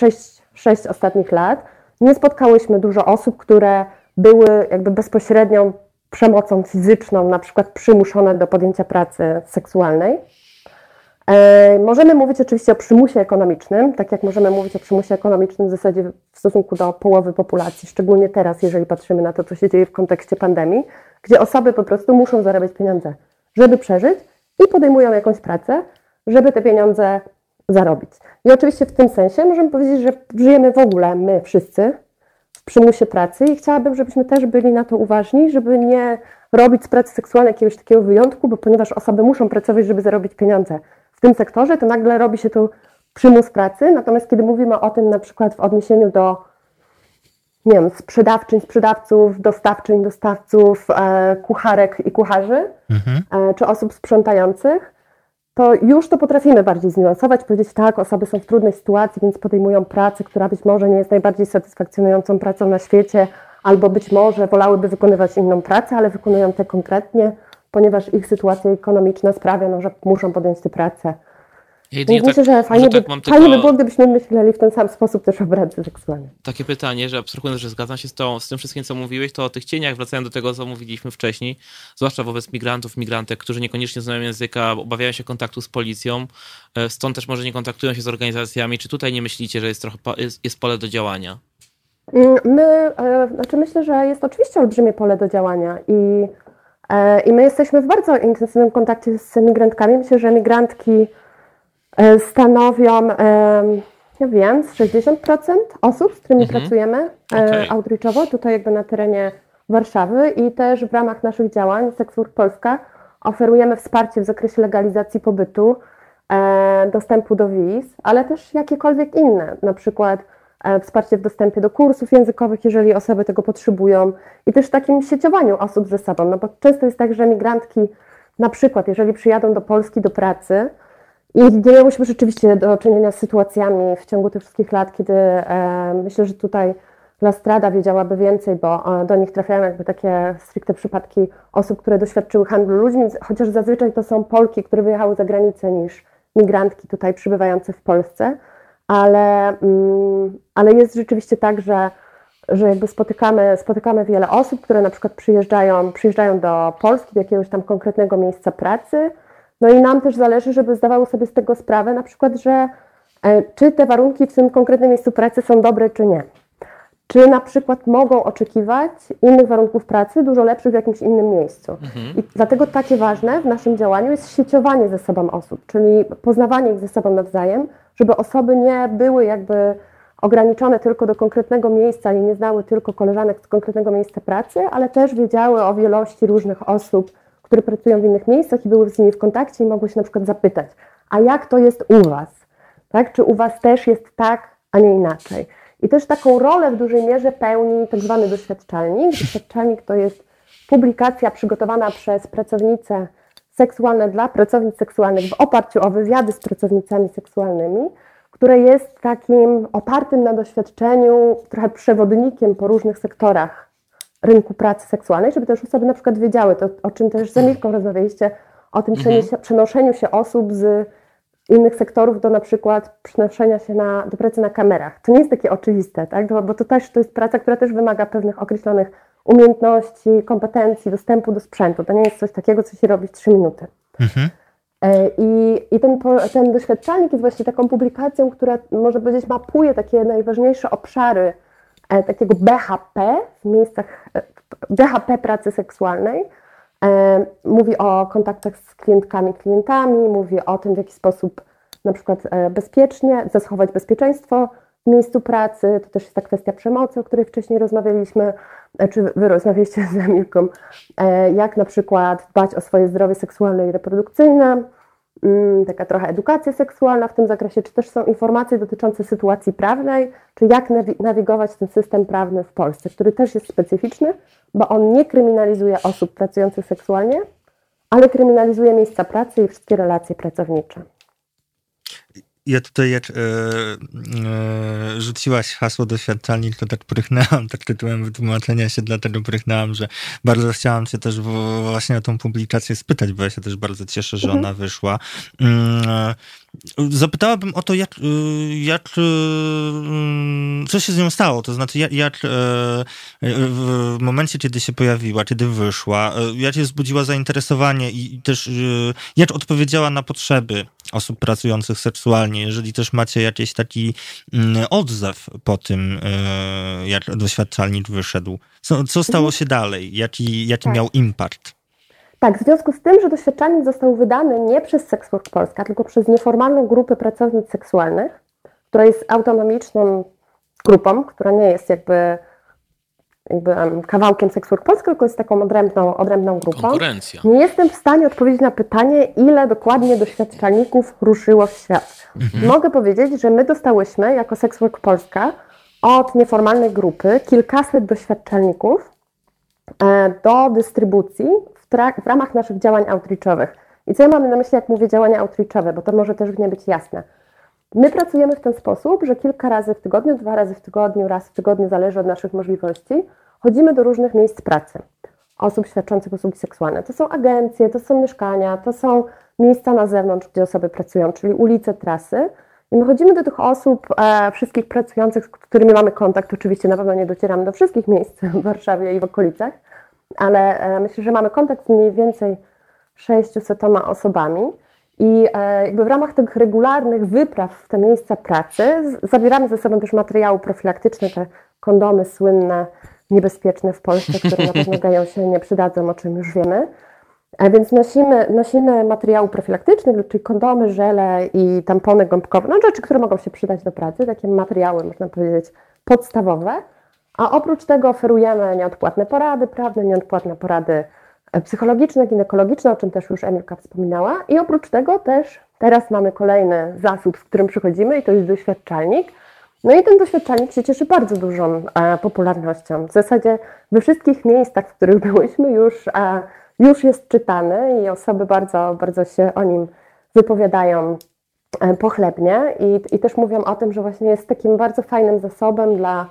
sześć ostatnich lat nie spotkałyśmy dużo osób, które były jakby bezpośrednią przemocą fizyczną, na przykład przymuszone do podjęcia pracy seksualnej. E, możemy mówić oczywiście o przymusie ekonomicznym, tak jak możemy mówić o przymusie ekonomicznym w zasadzie w stosunku do połowy populacji, szczególnie teraz, jeżeli patrzymy na to, co się dzieje w kontekście pandemii, gdzie osoby po prostu muszą zarabiać pieniądze, żeby przeżyć i podejmują jakąś pracę, żeby te pieniądze zarobić. I oczywiście w tym sensie możemy powiedzieć, że żyjemy w ogóle my wszyscy w przymusie pracy i chciałabym, żebyśmy też byli na to uważni, żeby nie robić z pracy seksualnej jakiegoś takiego wyjątku, bo ponieważ osoby muszą pracować, żeby zarobić pieniądze w tym sektorze, to nagle robi się tu przymus pracy, natomiast kiedy mówimy o tym na przykład w odniesieniu do, nie wiem, sprzedawczyń, sprzedawców, dostawczyń, dostawców, e, kucharek i kucharzy, mhm. e, czy osób sprzątających, to już to potrafimy bardziej zniuansować, powiedzieć tak, osoby są w trudnej sytuacji, więc podejmują pracę, która być może nie jest najbardziej satysfakcjonującą pracą na świecie, albo być może wolałyby wykonywać inną pracę, ale wykonują tę konkretnie, ponieważ ich sytuacja ekonomiczna sprawia, no, że muszą podjąć tę pracę.
Ja
Więc myślę,
tak,
że fajnie, by,
tak mam
fajnie
tylko...
by było, gdybyśmy myśleli w ten sam sposób też o pracy seksualnej.
Takie pytanie, że abstrahując, że zgadzam się z, tą, z tym wszystkim, co mówiłeś, to o tych cieniach, wracając do tego, co mówiliśmy wcześniej, zwłaszcza wobec migrantów, migrantek, którzy niekoniecznie znają języka, obawiają się kontaktu z policją, stąd też może nie kontaktują się z organizacjami. Czy tutaj nie myślicie, że jest trochę jest, jest pole do działania?
My, e, znaczy myślę, że jest oczywiście olbrzymie pole do działania i, e, i my jesteśmy w bardzo intensywnym kontakcie z migrantkami. Myślę, że migrantki stanowią, ja wiem, z sześćdziesiąt procent osób, z którymi mhm. pracujemy okay. outreachowo, tutaj jakby na terenie Warszawy i też w ramach naszych działań Sex Work Polska oferujemy wsparcie w zakresie legalizacji pobytu, dostępu do wiz, ale też jakiekolwiek inne, na przykład wsparcie w dostępie do kursów językowych, jeżeli osoby tego potrzebują i też w takim sieciowaniu osób ze sobą, no bo często jest tak, że migrantki na przykład, jeżeli przyjadą do Polski do pracy, i nie miałyśmy rzeczywiście do czynienia z sytuacjami w ciągu tych wszystkich lat, kiedy e, myślę, że tutaj Lastrada wiedziałaby więcej, bo do nich trafiają jakby takie stricte przypadki osób, które doświadczyły handlu ludźmi, chociaż zazwyczaj to są Polki, które wyjechały za granicę, niż migrantki tutaj przybywające w Polsce, ale, ale jest rzeczywiście tak, że, że jakby spotykamy, spotykamy wiele osób, które na przykład przyjeżdżają, przyjeżdżają do Polski, do jakiegoś tam konkretnego miejsca pracy, no i nam też zależy, żeby zdawały sobie z tego sprawę, na przykład, że czy te warunki w tym konkretnym miejscu pracy są dobre, czy nie. Czy na przykład mogą oczekiwać innych warunków pracy, dużo lepszych w jakimś innym miejscu. Mhm. I dlatego takie ważne w naszym działaniu jest sieciowanie ze sobą osób, czyli poznawanie ich ze sobą nawzajem, żeby osoby nie były jakby ograniczone tylko do konkretnego miejsca i nie znały tylko koleżanek z konkretnego miejsca pracy, ale też wiedziały o wielości różnych osób, które pracują w innych miejscach i były z nimi w kontakcie i mogły się na przykład zapytać, a jak to jest u Was? Tak? Czy u Was też jest tak, a nie inaczej? I też taką rolę w dużej mierze pełni tak zwany doświadczalnik. Doświadczalnik to jest publikacja przygotowana przez pracownice seksualne dla pracownic seksualnych w oparciu o wywiady z pracownicami seksualnymi, które jest takim opartym na doświadczeniu, trochę przewodnikiem po różnych sektorach rynku pracy seksualnej, żeby też osoby na przykład wiedziały, to o czym też z Emilką rozmawialiście, o tym mhm. przenoszeniu się osób z innych sektorów do na przykład przenoszenia się na, do pracy na kamerach. To nie jest takie oczywiste, tak? bo, bo to też to jest praca, która też wymaga pewnych określonych umiejętności, kompetencji, dostępu do sprzętu. To nie jest coś takiego, co się robi w trzy minuty. Mhm. I, i ten, ten doświadczalnik jest właśnie taką publikacją, która, można powiedzieć, mapuje takie najważniejsze obszary takiego B H P w miejscach, B H P pracy seksualnej. Mówi o kontaktach z klientkami, klientami, mówi o tym, w jaki sposób na przykład bezpiecznie zachować bezpieczeństwo w miejscu pracy. To też jest ta kwestia przemocy, o której wcześniej rozmawialiśmy, czy wy rozmawialiście z Emilką, jak na przykład dbać o swoje zdrowie seksualne i reprodukcyjne, taka trochę edukacja seksualna w tym zakresie, czy też są informacje dotyczące sytuacji prawnej, czy jak nawigować ten system prawny w Polsce, który też jest specyficzny, bo on nie kryminalizuje osób pracujących seksualnie, ale kryminalizuje miejsca pracy i wszystkie relacje pracownicze.
Ja tutaj jak e, e, rzuciłaś hasło doświadczalnik, to tak prychnęłam, tak tytułem wytłumaczenia się, dlatego prychnęłam, że bardzo chciałam cię też w, właśnie o tą publikację spytać, bo ja się też bardzo cieszę, że mhm. ona wyszła. E, Zapytałabym o to, jak, jak, co się z nią stało, to znaczy jak, jak w momencie, kiedy się pojawiła, kiedy wyszła, jak się wzbudziła zainteresowanie i też jak odpowiedziała na potrzeby osób pracujących seksualnie, jeżeli też macie jakiś taki odzew po tym, jak doświadczalnik wyszedł. Co, co stało się dalej? Jaki, jaki tak. miał impact?
Tak, w związku z tym, że doświadczalnik został wydany nie przez Sexwork Polska, tylko przez nieformalną grupę pracownic seksualnych, która jest autonomiczną grupą, która nie jest jakby, jakby um, kawałkiem Sexwork Polska, tylko jest taką odrębną, odrębną grupą.
Konkurencja.
Nie jestem w stanie odpowiedzieć na pytanie, ile dokładnie doświadczalników ruszyło w świat. Mhm. Mogę powiedzieć, że my dostałyśmy jako Sexwork Polska od nieformalnej grupy kilkaset doświadczalników e, do dystrybucji w, trak- w ramach naszych działań outreachowych. I co ja mam na myśli, jak mówię działania outreachowe, bo to może też w nie być jasne. My pracujemy w ten sposób, że kilka razy w tygodniu, dwa razy w tygodniu, raz w tygodniu, zależy od naszych możliwości, chodzimy do różnych miejsc pracy osób świadczących usługi seksualne. To są agencje, to są mieszkania, to są miejsca na zewnątrz, gdzie osoby pracują, czyli ulice, trasy. I my chodzimy do tych osób, e, wszystkich pracujących, z którymi mamy kontakt. Oczywiście na pewno nie docieramy do wszystkich miejsc w Warszawie i w okolicach, ale e, myślę, że mamy kontakt z mniej więcej sześciusetoma osobami. I e, jakby w ramach tych regularnych wypraw w te miejsca pracy z, zabieramy ze sobą też materiały profilaktyczne, te kondomy słynne, niebezpieczne w Polsce, które na pewno dają się nie przydadzą, o czym już wiemy. A więc nosimy, nosimy materiały profilaktyczne, czyli kondomy, żele i tampony gąbkowe, no rzeczy, które mogą się przydać do pracy, takie materiały, można powiedzieć, podstawowe. A oprócz tego oferujemy nieodpłatne porady prawne, nieodpłatne porady psychologiczne, ginekologiczne, o czym też już Emilka wspominała. I oprócz tego też teraz mamy kolejny zasób, z którym przychodzimy i to jest doświadczalnik. No i ten doświadczalnik się cieszy bardzo dużą e, popularnością. W zasadzie we wszystkich miejscach, w których byłyśmy, już, e, już jest czytany i osoby bardzo, bardzo się o nim wypowiadają e, pochlebnie i, i też mówią o tym, że właśnie jest takim bardzo fajnym zasobem dla,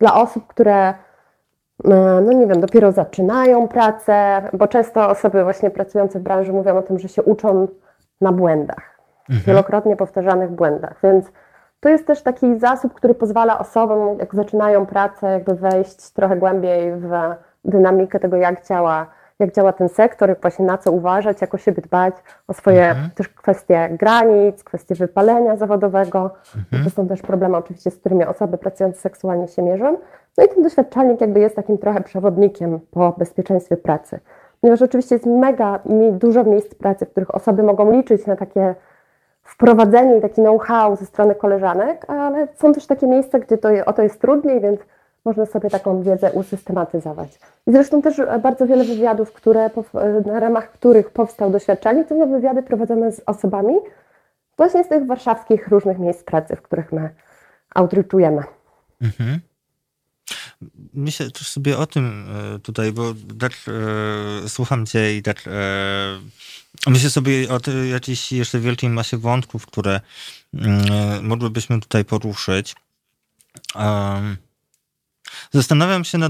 dla osób, które no nie wiem, dopiero zaczynają pracę, bo często osoby właśnie pracujące w branży mówią o tym, że się uczą na błędach, mhm. wielokrotnie powtarzanych błędach, więc to jest też taki zasób, który pozwala osobom, jak zaczynają pracę, jakby wejść trochę głębiej w dynamikę tego, jak działa, jak działa ten sektor, jak właśnie na co uważać, jak o siebie dbać, o swoje mhm. też kwestie granic, kwestie wypalenia zawodowego. Mhm. To są też problemy oczywiście, z którymi osoby pracujące seksualnie się mierzą. No i ten doświadczalnik jakby jest takim trochę przewodnikiem po bezpieczeństwie pracy. Ponieważ oczywiście jest mega dużo miejsc pracy, w których osoby mogą liczyć na takie wprowadzenie i taki know-how ze strony koleżanek, ale są też takie miejsca, gdzie to, o to jest trudniej, więc można sobie taką wiedzę usystematyzować. I zresztą też bardzo wiele wywiadów, które, na ramach których powstał doświadczalnik, to są wywiady prowadzone z osobami właśnie z tych warszawskich różnych miejsc pracy, w których my outreachujemy. Mhm.
Myślę też sobie o tym tutaj, bo tak e, słucham cię i tak e, myślę sobie o tej jakiejś jeszcze wielkiej masie wątków, które e, moglibyśmy tutaj poruszyć. E, Zastanawiam się nad,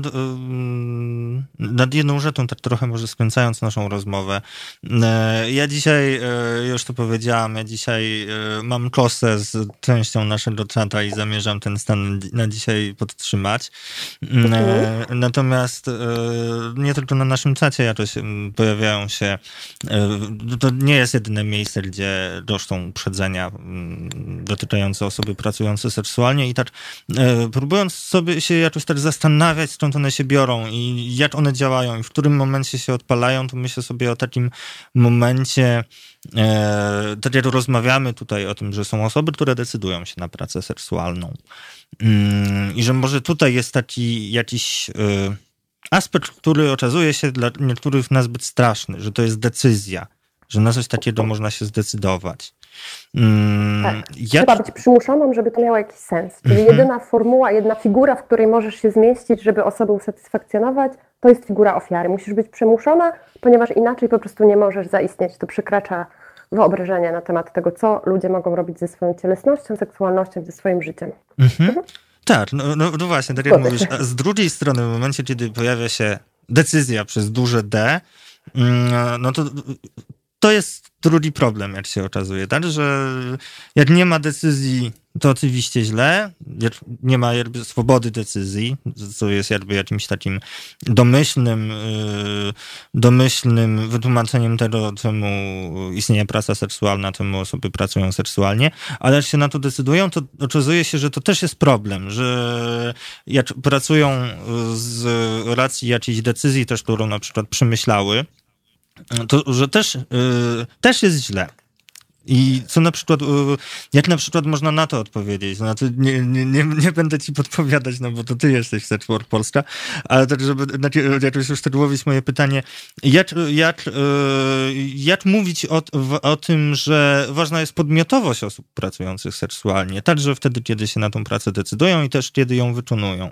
nad jedną rzeczą, tak trochę może skręcając naszą rozmowę. Ja dzisiaj, już to powiedziałam, ja dzisiaj mam kosę z częścią naszego czata i zamierzam ten stan na dzisiaj podtrzymać. Mhm. Natomiast nie tylko na naszym czacie jakoś pojawiają się, to nie jest jedyne miejsce, gdzie doszło uprzedzenia dotykające osoby pracujące seksualnie i tak próbując sobie się jakoś tak zastanawiać, skąd one się biorą i jak one działają i w którym momencie się odpalają, to myślę sobie o takim momencie, e, tak jak rozmawiamy tutaj o tym, że są osoby, które decydują się na pracę seksualną mm, i że może tutaj jest taki jakiś e, aspekt, który okazuje się dla niektórych nazbyt straszny, że to jest decyzja, że na coś takiego można się zdecydować.
Hmm, tak. Jak... Trzeba być przymuszoną, żeby to miało jakiś sens. Czyli mm-hmm. jedyna formuła, jedna figura, w której możesz się zmieścić, żeby osobę usatysfakcjonować, to jest figura ofiary. Musisz być przymuszona, ponieważ inaczej po prostu nie możesz zaistnieć. To przekracza wyobrażenie na temat tego, co ludzie mogą robić ze swoją cielesnością, seksualnością, ze swoim życiem. Mm-hmm. Mhm.
Tak, no, no, no właśnie, tak jak mówisz. A z drugiej strony, w momencie, kiedy pojawia się decyzja przez duże D, no to to jest drugi problem, jak się okazuje, tak, że jak nie ma decyzji, to oczywiście źle, jak nie ma jakby swobody decyzji, co jest jakby jakimś takim domyślnym, domyślnym wytłumaczeniem tego, czemu istnieje praca seksualna, czemu osoby pracują seksualnie, ale jak się na to decydują, to okazuje się, że to też jest problem, że jak pracują z racji jakiejś decyzji też, którą na przykład przemyślały, to, że też, yy, też jest źle. I co na przykład, yy, jak na przykład można na to odpowiedzieć? Znaczy, nie, nie, nie, nie będę ci podpowiadać, no bo to ty jesteś Sex Work Polska, ale tak, żeby jakoś uszczegółowić moje pytanie, jak, jak, yy, jak mówić o, w, o tym, że ważna jest podmiotowość osób pracujących seksualnie, także wtedy, kiedy się na tą pracę decydują i też kiedy ją wykonują?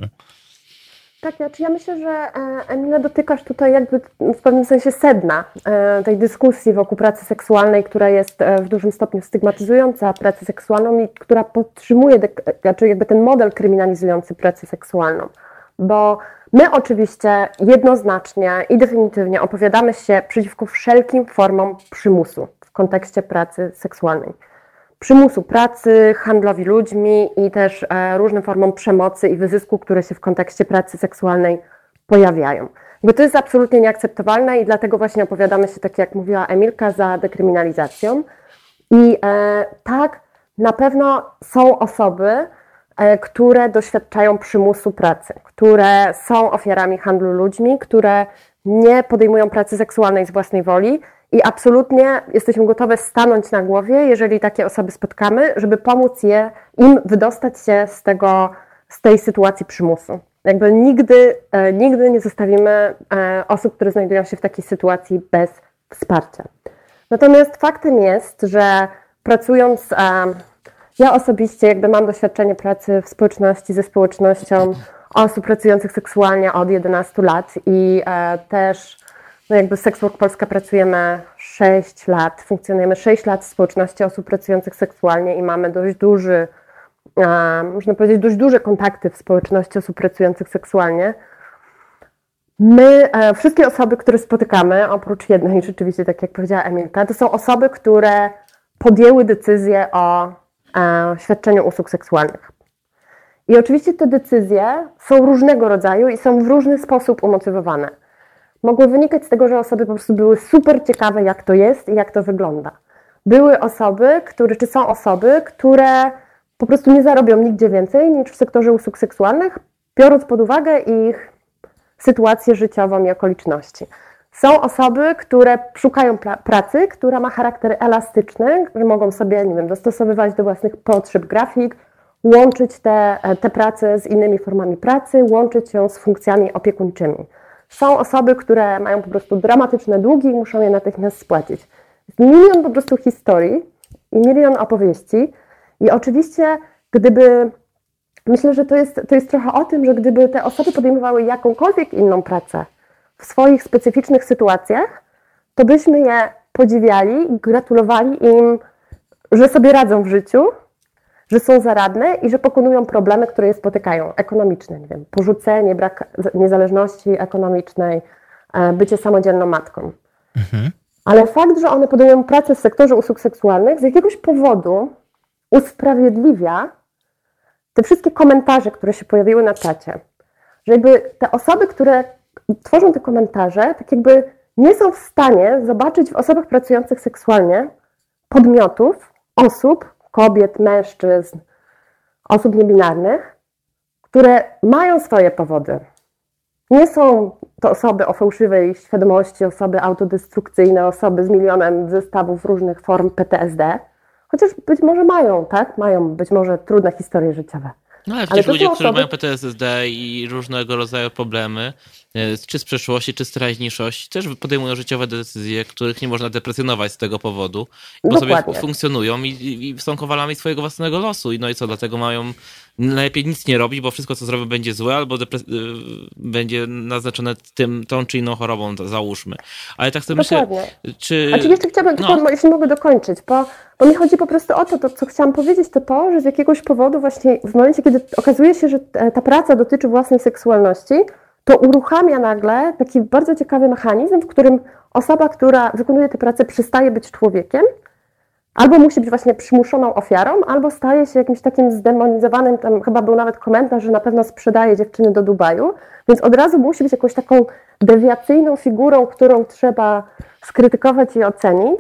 Tak, znaczy ja myślę, że Emila, dotykasz tutaj jakby w pewnym sensie sedna tej dyskusji wokół pracy seksualnej, która jest w dużym stopniu stygmatyzująca pracę seksualną i która podtrzymuje znaczy jakby ten model kryminalizujący pracę seksualną. Bo my oczywiście jednoznacznie i definitywnie opowiadamy się przeciwko wszelkim formom przymusu w kontekście pracy seksualnej. Przymusu pracy, handlowi ludźmi i też e, różnym formom przemocy i wyzysku, które się w kontekście pracy seksualnej pojawiają. Bo to jest absolutnie nieakceptowalne i dlatego właśnie opowiadamy się, tak jak mówiła Emilka, za dekryminalizacją. I e, tak, na pewno są osoby, e, które doświadczają przymusu pracy, które są ofiarami handlu ludźmi, które nie podejmują pracy seksualnej z własnej woli. I absolutnie jesteśmy gotowe stanąć na głowie, jeżeli takie osoby spotkamy, żeby pomóc je, im wydostać się z tego, z tej sytuacji przymusu. Jakby nigdy, e, nigdy nie zostawimy e, osób, które znajdują się w takiej sytuacji bez wsparcia. Natomiast faktem jest, że pracując, e, ja osobiście jakby mam doświadczenie pracy w społeczności, ze społecznością osób pracujących seksualnie od jedenastu lat i e, też no jakby Sex Work Polska pracujemy sześć lat, funkcjonujemy sześć lat w społeczności osób pracujących seksualnie i mamy dość duży e, można powiedzieć, dość duże kontakty w społeczności osób pracujących seksualnie. My, e, wszystkie osoby, które spotykamy, oprócz jednej rzeczywiście, tak jak powiedziała Emilka, to są osoby, które podjęły decyzję o e, świadczeniu usług seksualnych. I oczywiście te decyzje są różnego rodzaju i są w różny sposób umotywowane. Mogły wynikać z tego, że osoby po prostu były super ciekawe, jak to jest i jak to wygląda. Były osoby, które, czy są osoby, które po prostu nie zarobią nigdzie więcej niż w sektorze usług seksualnych, biorąc pod uwagę ich sytuację życiową i okoliczności. Są osoby, które szukają pracy, która ma charakter elastyczny, że mogą sobie, nie wiem, dostosowywać do własnych potrzeb grafik, łączyć te, te prace z innymi formami pracy, łączyć ją z funkcjami opiekuńczymi. Są osoby, które mają po prostu dramatyczne długi i muszą je natychmiast spłacić. Jest milion po prostu historii i milion opowieści i oczywiście gdyby, myślę, że to jest, to jest trochę o tym, że gdyby te osoby podejmowały jakąkolwiek inną pracę w swoich specyficznych sytuacjach, to byśmy je podziwiali i gratulowali im, że sobie radzą w życiu, że są zaradne i że pokonują problemy, które je spotykają, ekonomiczne, nie wiem, porzucenie, brak niezależności ekonomicznej, bycie samodzielną matką. Mhm. Ale fakt, że one podejmują pracę w sektorze usług seksualnych, z jakiegoś powodu usprawiedliwia te wszystkie komentarze, które się pojawiły na czacie. Że jakby te osoby, które tworzą te komentarze, tak jakby nie są w stanie zobaczyć w osobach pracujących seksualnie podmiotów, osób, kobiet, mężczyzn, osób niebinarnych, które mają swoje powody. Nie są to osoby o fałszywej świadomości, osoby autodestrukcyjne, osoby z milionem zestawów różnych form P T S D, chociaż być może mają, tak? Mają być może trudne historie życiowe.
No ale przecież
ale
ludzie,
osoby...
którzy mają P T S D i różnego rodzaju problemy, czy z przeszłości, czy z teraźniejszości, też podejmują życiowe decyzje, których nie można deprecjonować z tego powodu, bo
Dokładnie.
sobie funkcjonują i, i są kowalami swojego własnego losu. No i co, dlatego mają najlepiej nic nie robić, bo wszystko, co zrobią, będzie złe, albo depre- będzie naznaczone tym, tą czy inną chorobą, załóżmy. Ale tak sobie myślę, czy...
A czy jeszcze chciałabym, no. tylko, jeśli mogę dokończyć, bo, bo mi chodzi po prostu o to, to, co chciałam powiedzieć, to to, że z jakiegoś powodu właśnie w momencie, kiedy okazuje się, że ta praca dotyczy własnej seksualności, to uruchamia nagle taki bardzo ciekawy mechanizm, w którym osoba, która wykonuje tę pracę, przestaje być człowiekiem, albo musi być właśnie przymuszoną ofiarą, albo staje się jakimś takim zdemonizowanym, tam chyba był nawet komentarz, że na pewno sprzedaje dziewczyny do Dubaju, więc od razu musi być jakąś taką dewiacyjną figurą, którą trzeba skrytykować i ocenić.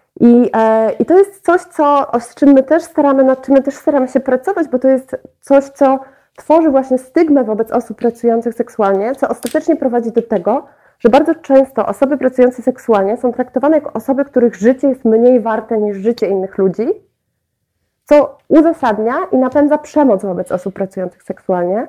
I, e, i to jest coś, co, z czym my też staramy, nad czym my też staramy się pracować, bo to jest coś, co tworzy właśnie stygmę wobec osób pracujących seksualnie, co ostatecznie prowadzi do tego, że bardzo często osoby pracujące seksualnie są traktowane jako osoby, których życie jest mniej warte niż życie innych ludzi, co uzasadnia i napędza przemoc wobec osób pracujących seksualnie.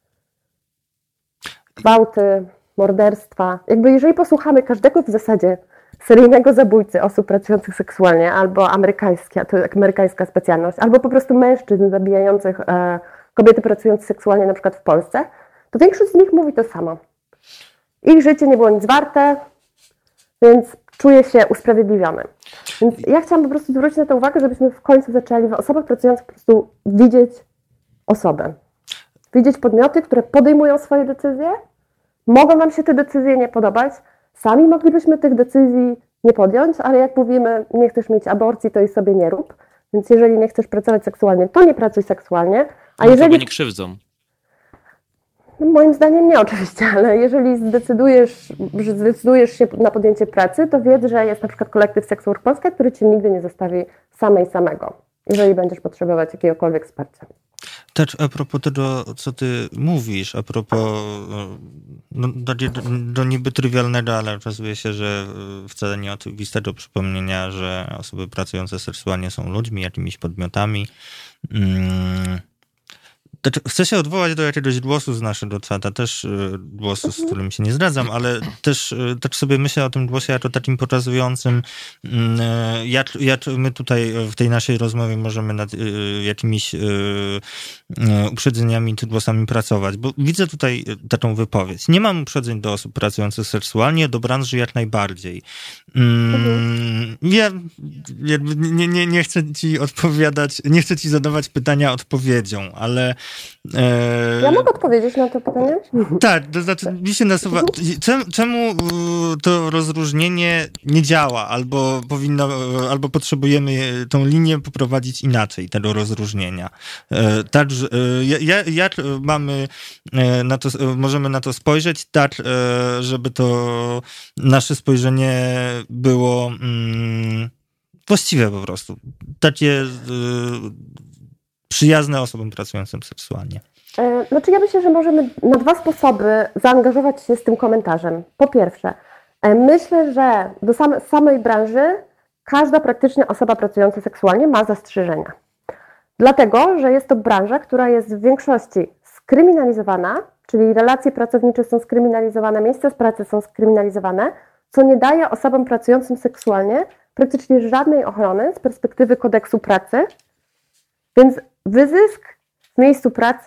Gwałty, morderstwa. Jakby jeżeli posłuchamy każdego w zasadzie seryjnego zabójcy osób pracujących seksualnie, albo amerykańska, to amerykańska specjalność, albo po prostu mężczyzn zabijających e, kobiety pracujące seksualnie na przykład w Polsce, to większość z nich mówi to samo. Ich życie nie było nic warte, więc czuje się usprawiedliwiony. Więc ja chciałam po prostu zwrócić na to uwagę, żebyśmy w końcu zaczęli w osobach pracujących po prostu widzieć osobę. Widzieć podmioty, które podejmują swoje decyzje. Mogą nam się te decyzje nie podobać. Sami moglibyśmy tych decyzji nie podjąć, ale jak mówimy, nie chcesz mieć aborcji, to i sobie nie rób. Więc jeżeli nie chcesz pracować seksualnie, to nie pracuj seksualnie. A
no,
jeżeli...
nie krzywdzą.
No, moim zdaniem nie oczywiście, ale jeżeli zdecydujesz, że zdecydujesz się na podjęcie pracy, to wiedz, że jest na przykład kolektyw Sex Work Polska, który cię nigdy nie zostawi samej samego, jeżeli będziesz potrzebować jakiegokolwiek wsparcia.
Też a propos tego, co ty mówisz, a propos no, do, do niby trywialnego, ale okazuje się, że wcale nie oczywistego przypomnienia, że osoby pracujące seksualnie są ludźmi, jakimiś podmiotami. Hmm. Znaczy, chcę się odwołać do jakiegoś głosu z naszego czata, też y, głosu, z którym się nie zgadzam, ale też y, tak sobie myślę o tym głosie jako takim pokazującym, y, jak, jak my tutaj w tej naszej rozmowie możemy nad y, jakimiś y, y, uprzedzeniami czy głosami pracować, bo widzę tutaj taką wypowiedź. Nie mam uprzedzeń do osób pracujących seksualnie, do branży jak najbardziej. Y, mhm. Ja jakby nie, nie, nie chcę ci odpowiadać, nie chcę ci zadawać pytania odpowiedzią, ale... E...
Ja mogę odpowiedzieć na to pytanie?
Tak, to znaczy mi się nasuwa... Czemu, czemu to rozróżnienie nie działa, albo powinno, albo potrzebujemy tą linię poprowadzić inaczej, tego rozróżnienia. E, tak, że, jak, jak mamy na to, możemy na to spojrzeć tak, żeby to nasze spojrzenie było mm, właściwe po prostu. Takie y, przyjazne osobom pracującym seksualnie.
Znaczy ja myślę, że możemy na dwa sposoby zaangażować się z tym komentarzem. Po pierwsze, myślę, że do same, samej branży każda praktycznie osoba pracująca seksualnie ma zastrzeżenia. Dlatego, że jest to branża, która jest w większości skryminalizowana, czyli relacje pracownicze są skryminalizowane, miejsca pracy są skryminalizowane, co nie daje osobom pracującym seksualnie praktycznie żadnej ochrony z perspektywy kodeksu pracy, więc wyzysk w miejscu pracy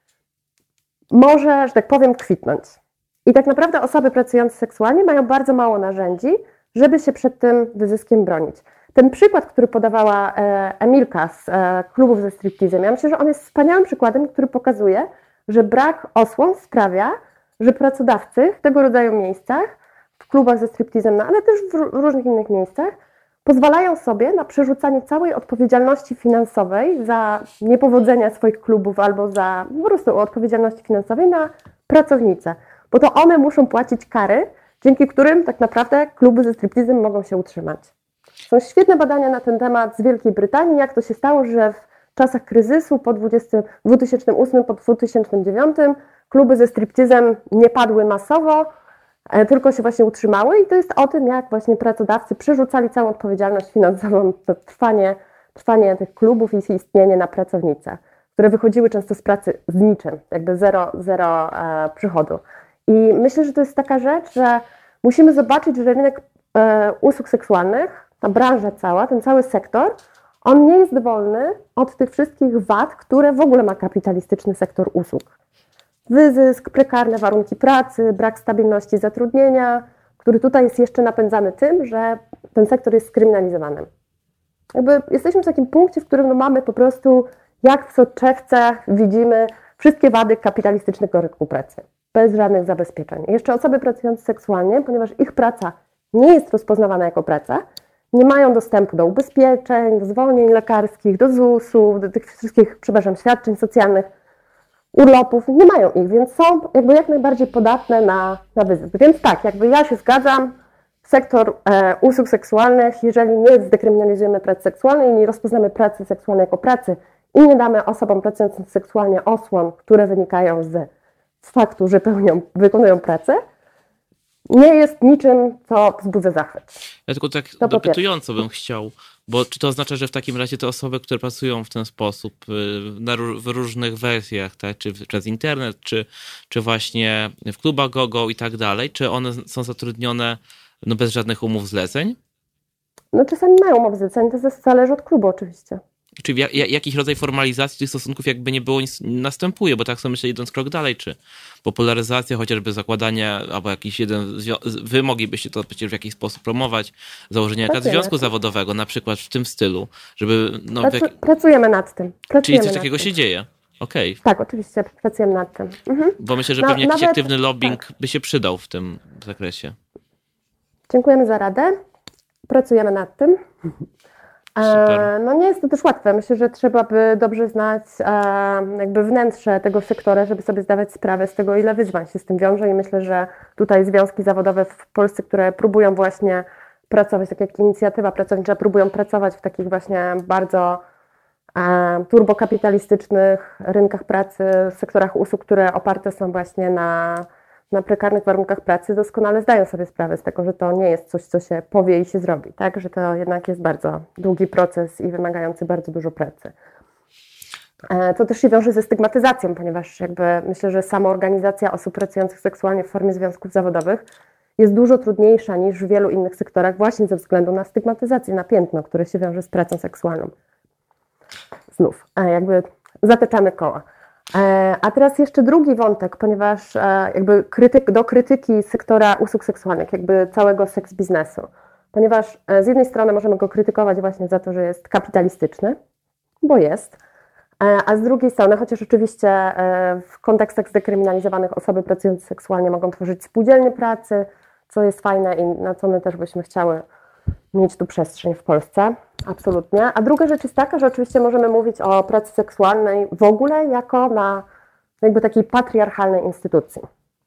może, że tak powiem, kwitnąć. I tak naprawdę osoby pracujące seksualnie mają bardzo mało narzędzi, żeby się przed tym wyzyskiem bronić. Ten przykład, który podawała Emilka z klubów ze striptizem, ja myślę, że on jest wspaniałym przykładem, który pokazuje, że brak osłon sprawia, że pracodawcy w tego rodzaju miejscach, w klubach ze striptizem, no, ale też w różnych innych miejscach, pozwalają sobie na przerzucanie całej odpowiedzialności finansowej za niepowodzenia swoich klubów albo za po prostu odpowiedzialności finansowej na pracownice. Bo to one muszą płacić kary, dzięki którym tak naprawdę kluby ze striptizem mogą się utrzymać. Są świetne badania na ten temat z Wielkiej Brytanii, jak to się stało, że w czasach kryzysu po dwa tysiące ósmym, po dwa tysiące dziewiątym kluby ze striptizem nie padły masowo, tylko się właśnie utrzymały i to jest o tym, jak właśnie pracodawcy przerzucali całą odpowiedzialność finansową za trwanie, trwanie tych klubów i ich istnienie na pracownice, które wychodziły często z pracy z niczym, jakby zero, zero e, przychodu. I myślę, że to jest taka rzecz, że musimy zobaczyć, że rynek e, usług seksualnych, ta branża cała, ten cały sektor, on nie jest wolny od tych wszystkich wad, które w ogóle ma kapitalistyczny sektor usług. Wyzysk, prekarne warunki pracy, brak stabilności zatrudnienia, który tutaj jest jeszcze napędzany tym, że ten sektor jest skryminalizowany. Jakby jesteśmy w takim punkcie, w którym no mamy po prostu, jak w soczewce widzimy wszystkie wady kapitalistycznego rynku pracy, bez żadnych zabezpieczeń. Jeszcze osoby pracujące seksualnie, ponieważ ich praca nie jest rozpoznawana jako praca, nie mają dostępu do ubezpieczeń, do zwolnień lekarskich, do zusu, do tych wszystkich, przepraszam, świadczeń socjalnych, urlopów, nie mają ich, więc są jakby jak najbardziej podatne na, na wyzysk. Więc tak, jakby ja się zgadzam, sektor e, usług seksualnych, jeżeli nie zdekryminalizujemy pracy seksualnej, nie rozpoznamy pracy seksualnej jako pracy i nie damy osobom pracującym seksualnie osłon, które wynikają z, z faktu, że pełnią, wykonują pracę, nie jest niczym, co wzbudza zachwyt.
Ja tylko tak
To
dopytująco bym chciał, bo czy to oznacza, że w takim razie te osoby, które pracują w ten sposób na, w różnych wersjach, tak, czy przez internet, czy, czy właśnie w klubach go-go i tak dalej, czy one są zatrudnione no, bez żadnych umów zleceń?
No czasami mają umów zleceń, to zależy od klubu oczywiście.
Czy ja, jakiś rodzaj formalizacji tych stosunków jakby nie było, nic następuje, bo tak sobie myślę, idąc krok dalej, czy popularyzacja, chociażby zakładania, albo jakiś jeden, wy moglibyście to przecież w jakiś sposób promować, założenie jakaś związku zawodowego, na przykład w tym stylu, żeby... No,
Pracu,
jak...
Pracujemy nad tym. Pracujemy
Czyli coś
nad
takiego
tym.
się dzieje. Okej. Okay.
Tak, oczywiście, pracujemy nad tym. Mhm.
Bo myślę, że
No,
pewnie jakiś
nawet,
aktywny lobbying
tak.
by się przydał w tym zakresie.
Dziękujemy za radę. Pracujemy nad tym. E, no nie jest to też łatwe. Myślę, że trzeba by dobrze znać e, jakby wnętrze tego sektora, żeby sobie zdawać sprawę z tego, ile wyzwań się z tym wiąże i myślę, że tutaj związki zawodowe w Polsce, które próbują właśnie pracować, tak jak inicjatywa pracownicza, próbują pracować w takich właśnie bardzo e, turbokapitalistycznych rynkach pracy, sektorach usług, które oparte są właśnie na na prekarnych warunkach pracy, doskonale zdają sobie sprawę z tego, że to nie jest coś, co się powie i się zrobi, tak? Że to jednak jest bardzo długi proces i wymagający bardzo dużo pracy. E, To też się wiąże ze stygmatyzacją, ponieważ jakby myślę, że samoorganizacja osób pracujących seksualnie w formie związków zawodowych jest dużo trudniejsza niż w wielu innych sektorach właśnie ze względu na stygmatyzację, na piętno, które się wiąże z pracą seksualną. Znów, e, jakby zatyczamy koła. E, A teraz jeszcze drugi wątek, ponieważ e, jakby krytyk, do krytyki sektora usług seksualnych, jakby całego seks biznesu. Ponieważ e, z jednej strony możemy go krytykować właśnie za to, że jest kapitalistyczny, bo jest, e, a z drugiej strony, chociaż oczywiście e, w kontekstach zdekryminalizowanych osoby pracujące seksualnie mogą tworzyć spółdzielnie pracy, co jest fajne i na co my też byśmy chciały mieć tu przestrzeń w Polsce, absolutnie. A druga rzecz jest taka, że oczywiście możemy mówić o pracy seksualnej w ogóle jako na jakby takiej patriarchalnej instytucji.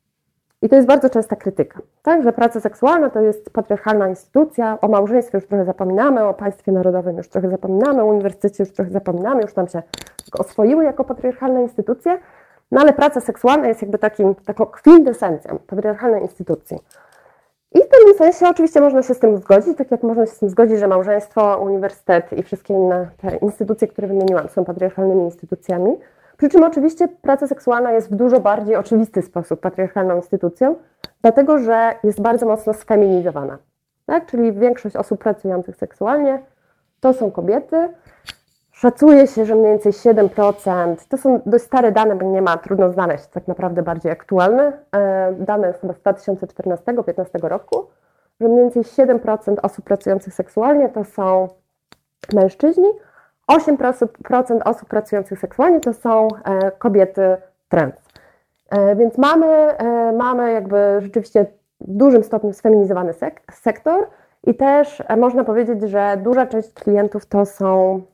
I to jest bardzo częsta krytyka, tak? Że praca seksualna to jest patriarchalna instytucja, o małżeństwie już trochę zapominamy, o państwie narodowym już trochę zapominamy, o uniwersytecie już trochę zapominamy, już nam się oswoiły jako patriarchalne instytucje, no ale praca seksualna jest jakby takim, taką kwintesencją patriarchalnej instytucji. I w pewnym sensie oczywiście można się z tym zgodzić, tak jak można się z tym zgodzić, że małżeństwo, uniwersytet i wszystkie inne te instytucje, które wymieniłam, są patriarchalnymi instytucjami. Przy czym oczywiście praca seksualna jest w dużo bardziej oczywisty sposób patriarchalną instytucją, dlatego że jest bardzo mocno sfeminizowana. Tak? Czyli większość osób pracujących seksualnie to są kobiety. Szacuje się, że mniej więcej siedem procent, to są dość stare dane, bo nie ma, trudno znaleźć tak naprawdę bardziej aktualne dane chyba z dwa tysiące czternastego do dwa tysiące piętnastego roku, że mniej więcej siedem procent osób pracujących seksualnie to są mężczyźni, osiem procent osób pracujących seksualnie to są kobiety trans. Więc mamy, mamy jakby rzeczywiście w dużym stopniu sfeminizowany sek- sektor i też można powiedzieć, że duża część klientów to są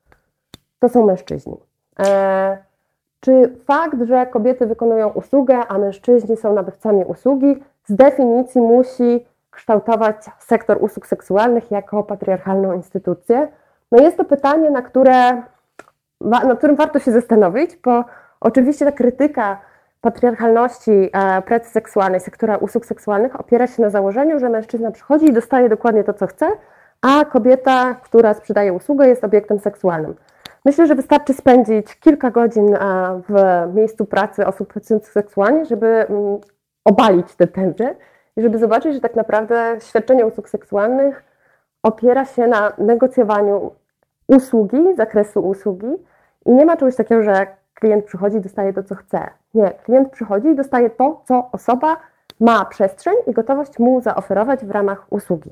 To są mężczyźni. E, czy fakt, że kobiety wykonują usługę, a mężczyźni są nabywcami usługi, z definicji musi kształtować sektor usług seksualnych jako patriarchalną instytucję? No jest to pytanie, na, które, nad którym warto się zastanowić, bo oczywiście ta krytyka patriarchalności e, pracy seksualnej, sektora usług seksualnych opiera się na założeniu, że mężczyzna przychodzi i dostaje dokładnie to, co chce, a kobieta, która sprzedaje usługę, jest obiektem seksualnym. Myślę, że wystarczy spędzić kilka godzin w miejscu pracy osób pracujących seksualnie, żeby obalić tę tezę i żeby zobaczyć, że tak naprawdę świadczenie usług seksualnych opiera się na negocjowaniu usługi, zakresu usługi i nie ma czegoś takiego, że klient przychodzi i dostaje to, co chce. Nie, klient przychodzi i dostaje to, co osoba ma przestrzeń i gotowość mu zaoferować w ramach usługi.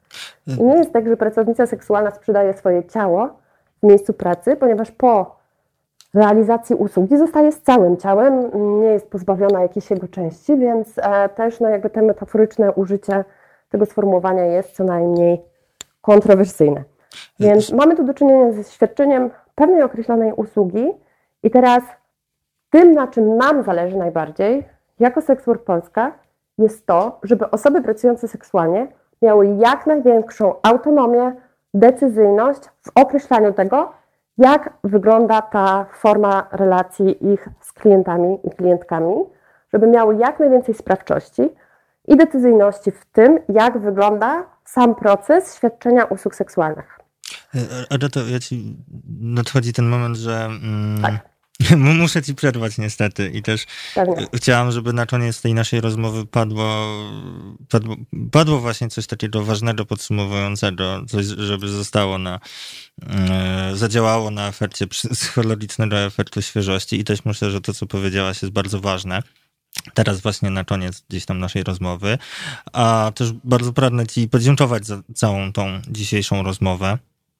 I nie jest tak, że pracownica seksualna sprzedaje swoje ciało w miejscu pracy, ponieważ po realizacji usługi zostaje z całym ciałem, nie jest pozbawiona jakiejś jego części, więc e, też no, jakby te metaforyczne użycie tego sformułowania jest co najmniej kontrowersyjne. Więc mamy tu do czynienia ze świadczeniem pewnej określonej usługi i teraz tym, na czym nam zależy najbardziej, jako Sekswork Polska, jest to, żeby osoby pracujące seksualnie miały jak największą autonomię, decyzyjność w określaniu tego, jak wygląda ta forma relacji ich z klientami i klientkami, żeby miały jak najwięcej sprawczości i decyzyjności w tym, jak wygląda sam proces świadczenia usług seksualnych.
Agato, ja ci nadchodzi ten moment, że mm,
Tak.
muszę ci przerwać niestety i też
Pewnie.
chciałam, żeby na koniec tej naszej rozmowy padło, padło, padło właśnie coś takiego ważnego, podsumowującego, coś, żeby zostało na, e, zadziałało na efekcie psychologicznego efektu świeżości i też myślę, że to, co powiedziałaś, jest bardzo ważne. Teraz właśnie na koniec gdzieś tam naszej rozmowy, a też bardzo pragnę ci podziękować za całą tą dzisiejszą rozmowę.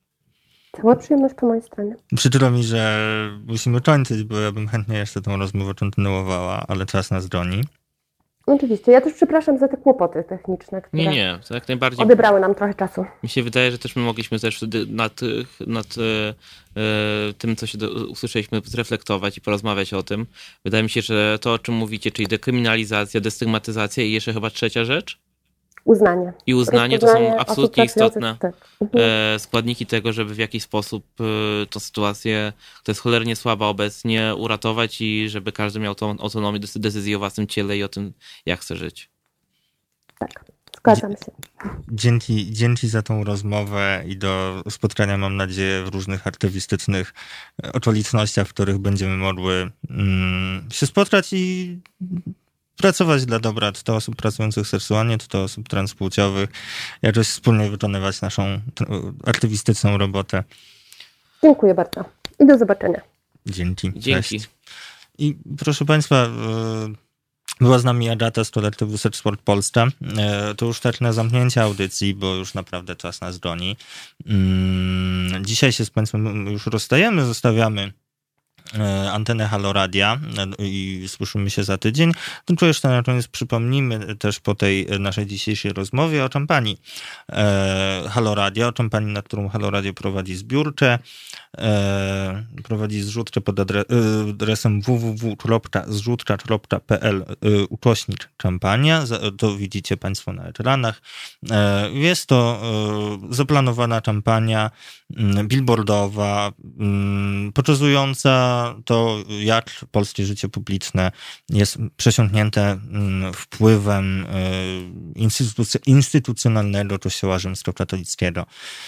Cała przyjemność po mojej stronie.
Przykro mi, że musimy kończyć, bo ja bym chętnie jeszcze tą rozmowę kontynuowała, ale czas nas goni.
Oczywiście. Ja też przepraszam za te kłopoty techniczne, które
Nie, nie, to jak najbardziej.
odebrały nam trochę czasu.
Mi się wydaje, że też my mogliśmy też wtedy nad, nad e, e, tym, co się do, usłyszeliśmy, zreflektować i porozmawiać o tym. Wydaje mi się, że to, o czym mówicie, czyli dekryminalizacja, destygmatyzacja i jeszcze chyba trzecia rzecz,
Uznanie.
i uznanie, to są
Rozpoznanie
absolutnie
osób pracujących-
istotne
tak. Mhm.
e, składniki tego, żeby w jakiś sposób e, tą sytuację, która jest cholernie słaba obecnie, uratować i żeby każdy miał tą autonomię decyzji o własnym ciele i o tym, jak chce żyć.
Tak, Zgadzam się.
Dzięki, dzięki za tą rozmowę i do spotkania, mam nadzieję, w różnych aktywistycznych okolicznościach, w których będziemy mogły mm, się spotkać i pracować dla dobra czy to osób pracujących seksualnie, czy to osób transpłciowych, jakoś wspólnie wykonywać naszą aktywistyczną robotę.
Dziękuję bardzo i do zobaczenia.
Dzięki.
Dzięki.
Cześć. I proszę Państwa, była z nami Agata z kolektywu Sexport Polska. To już tak na zamknięcie audycji, bo już naprawdę czas nas goni. Dzisiaj się z Państwem już rozstajemy, zostawiamy antenę Halo Radia i słyszymy się za tydzień. Tylko jeszcze na koniec przypomnijmy też po tej naszej dzisiejszej rozmowie o kampanii Halo Radia, o kampanii, nad którą Halo Radio prowadzi zbiórkę. Prowadzi zrzutkę pod adresem w w w kropka zrzutka kropka p l ukośnik kampania. To widzicie Państwo na ekranach. Jest to zaplanowana kampania billboardowa, pokazująca to, jak polskie życie publiczne jest przesiąknięte wpływem instytuc- instytucjonalnego Kościoła rzymskokatolickiego.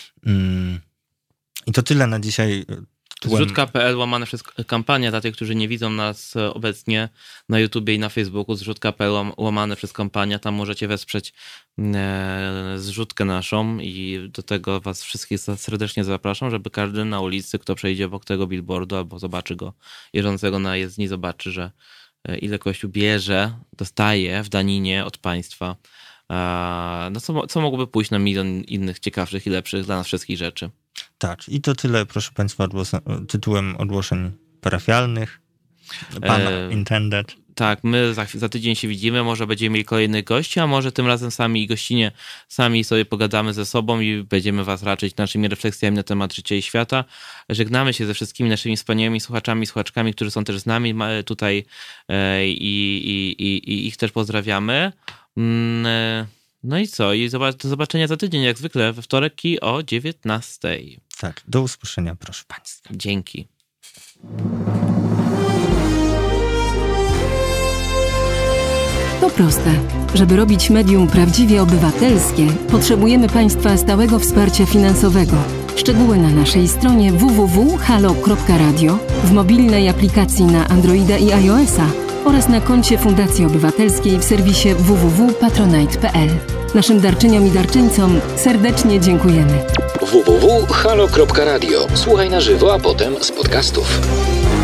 I to tyle na dzisiaj.
Zrzutka kropka p l łamane przez kampania, dla tych, którzy nie widzą nas obecnie na YouTubie i na Facebooku, zrzutka kropka p l łamane przez kampania, tam możecie wesprzeć e, zrzutkę naszą i do tego was wszystkich serdecznie zapraszam, żeby każdy na ulicy, kto przejdzie obok tego billboardu albo zobaczy go jeżdżącego na jezdni, zobaczy, że ile Kościół bierze, dostaje w daninie od państwa. E, no co, co mogłoby pójść na milion innych ciekawszych i lepszych dla nas wszystkich rzeczy. Tak, i to tyle, proszę Państwa, odgłos- tytułem ogłoszeń parafialnych. Pan e, intended. Tak, my za, za tydzień się widzimy, może będziemy mieli kolejnych gości, a może tym razem sami gościnie, sami sobie pogadamy ze sobą i będziemy was raczyć naszymi refleksjami na temat życia i świata. Żegnamy się ze wszystkimi naszymi wspaniałymi słuchaczami, słuchaczkami, którzy są też z nami tutaj e, i, i, i, i ich też pozdrawiamy. Mm, e, No i co? I do zobaczenia za tydzień, jak zwykle, we wtorek i o dziewiętnastej.
Tak, do usłyszenia, proszę Państwa.
Dzięki.
To proste. Żeby robić medium prawdziwie obywatelskie, potrzebujemy Państwa stałego wsparcia finansowego. Szczegóły na naszej stronie w w w kropka halo kropka radio, w mobilnej aplikacji na Androida i iOS-a oraz na koncie Fundacji Obywatelskiej w serwisie w w w kropka patronite kropka p l. Naszym darczyniom i darczyńcom serdecznie dziękujemy.
w w w kropka halo kropka radio. Słuchaj na żywo, a potem z podcastów.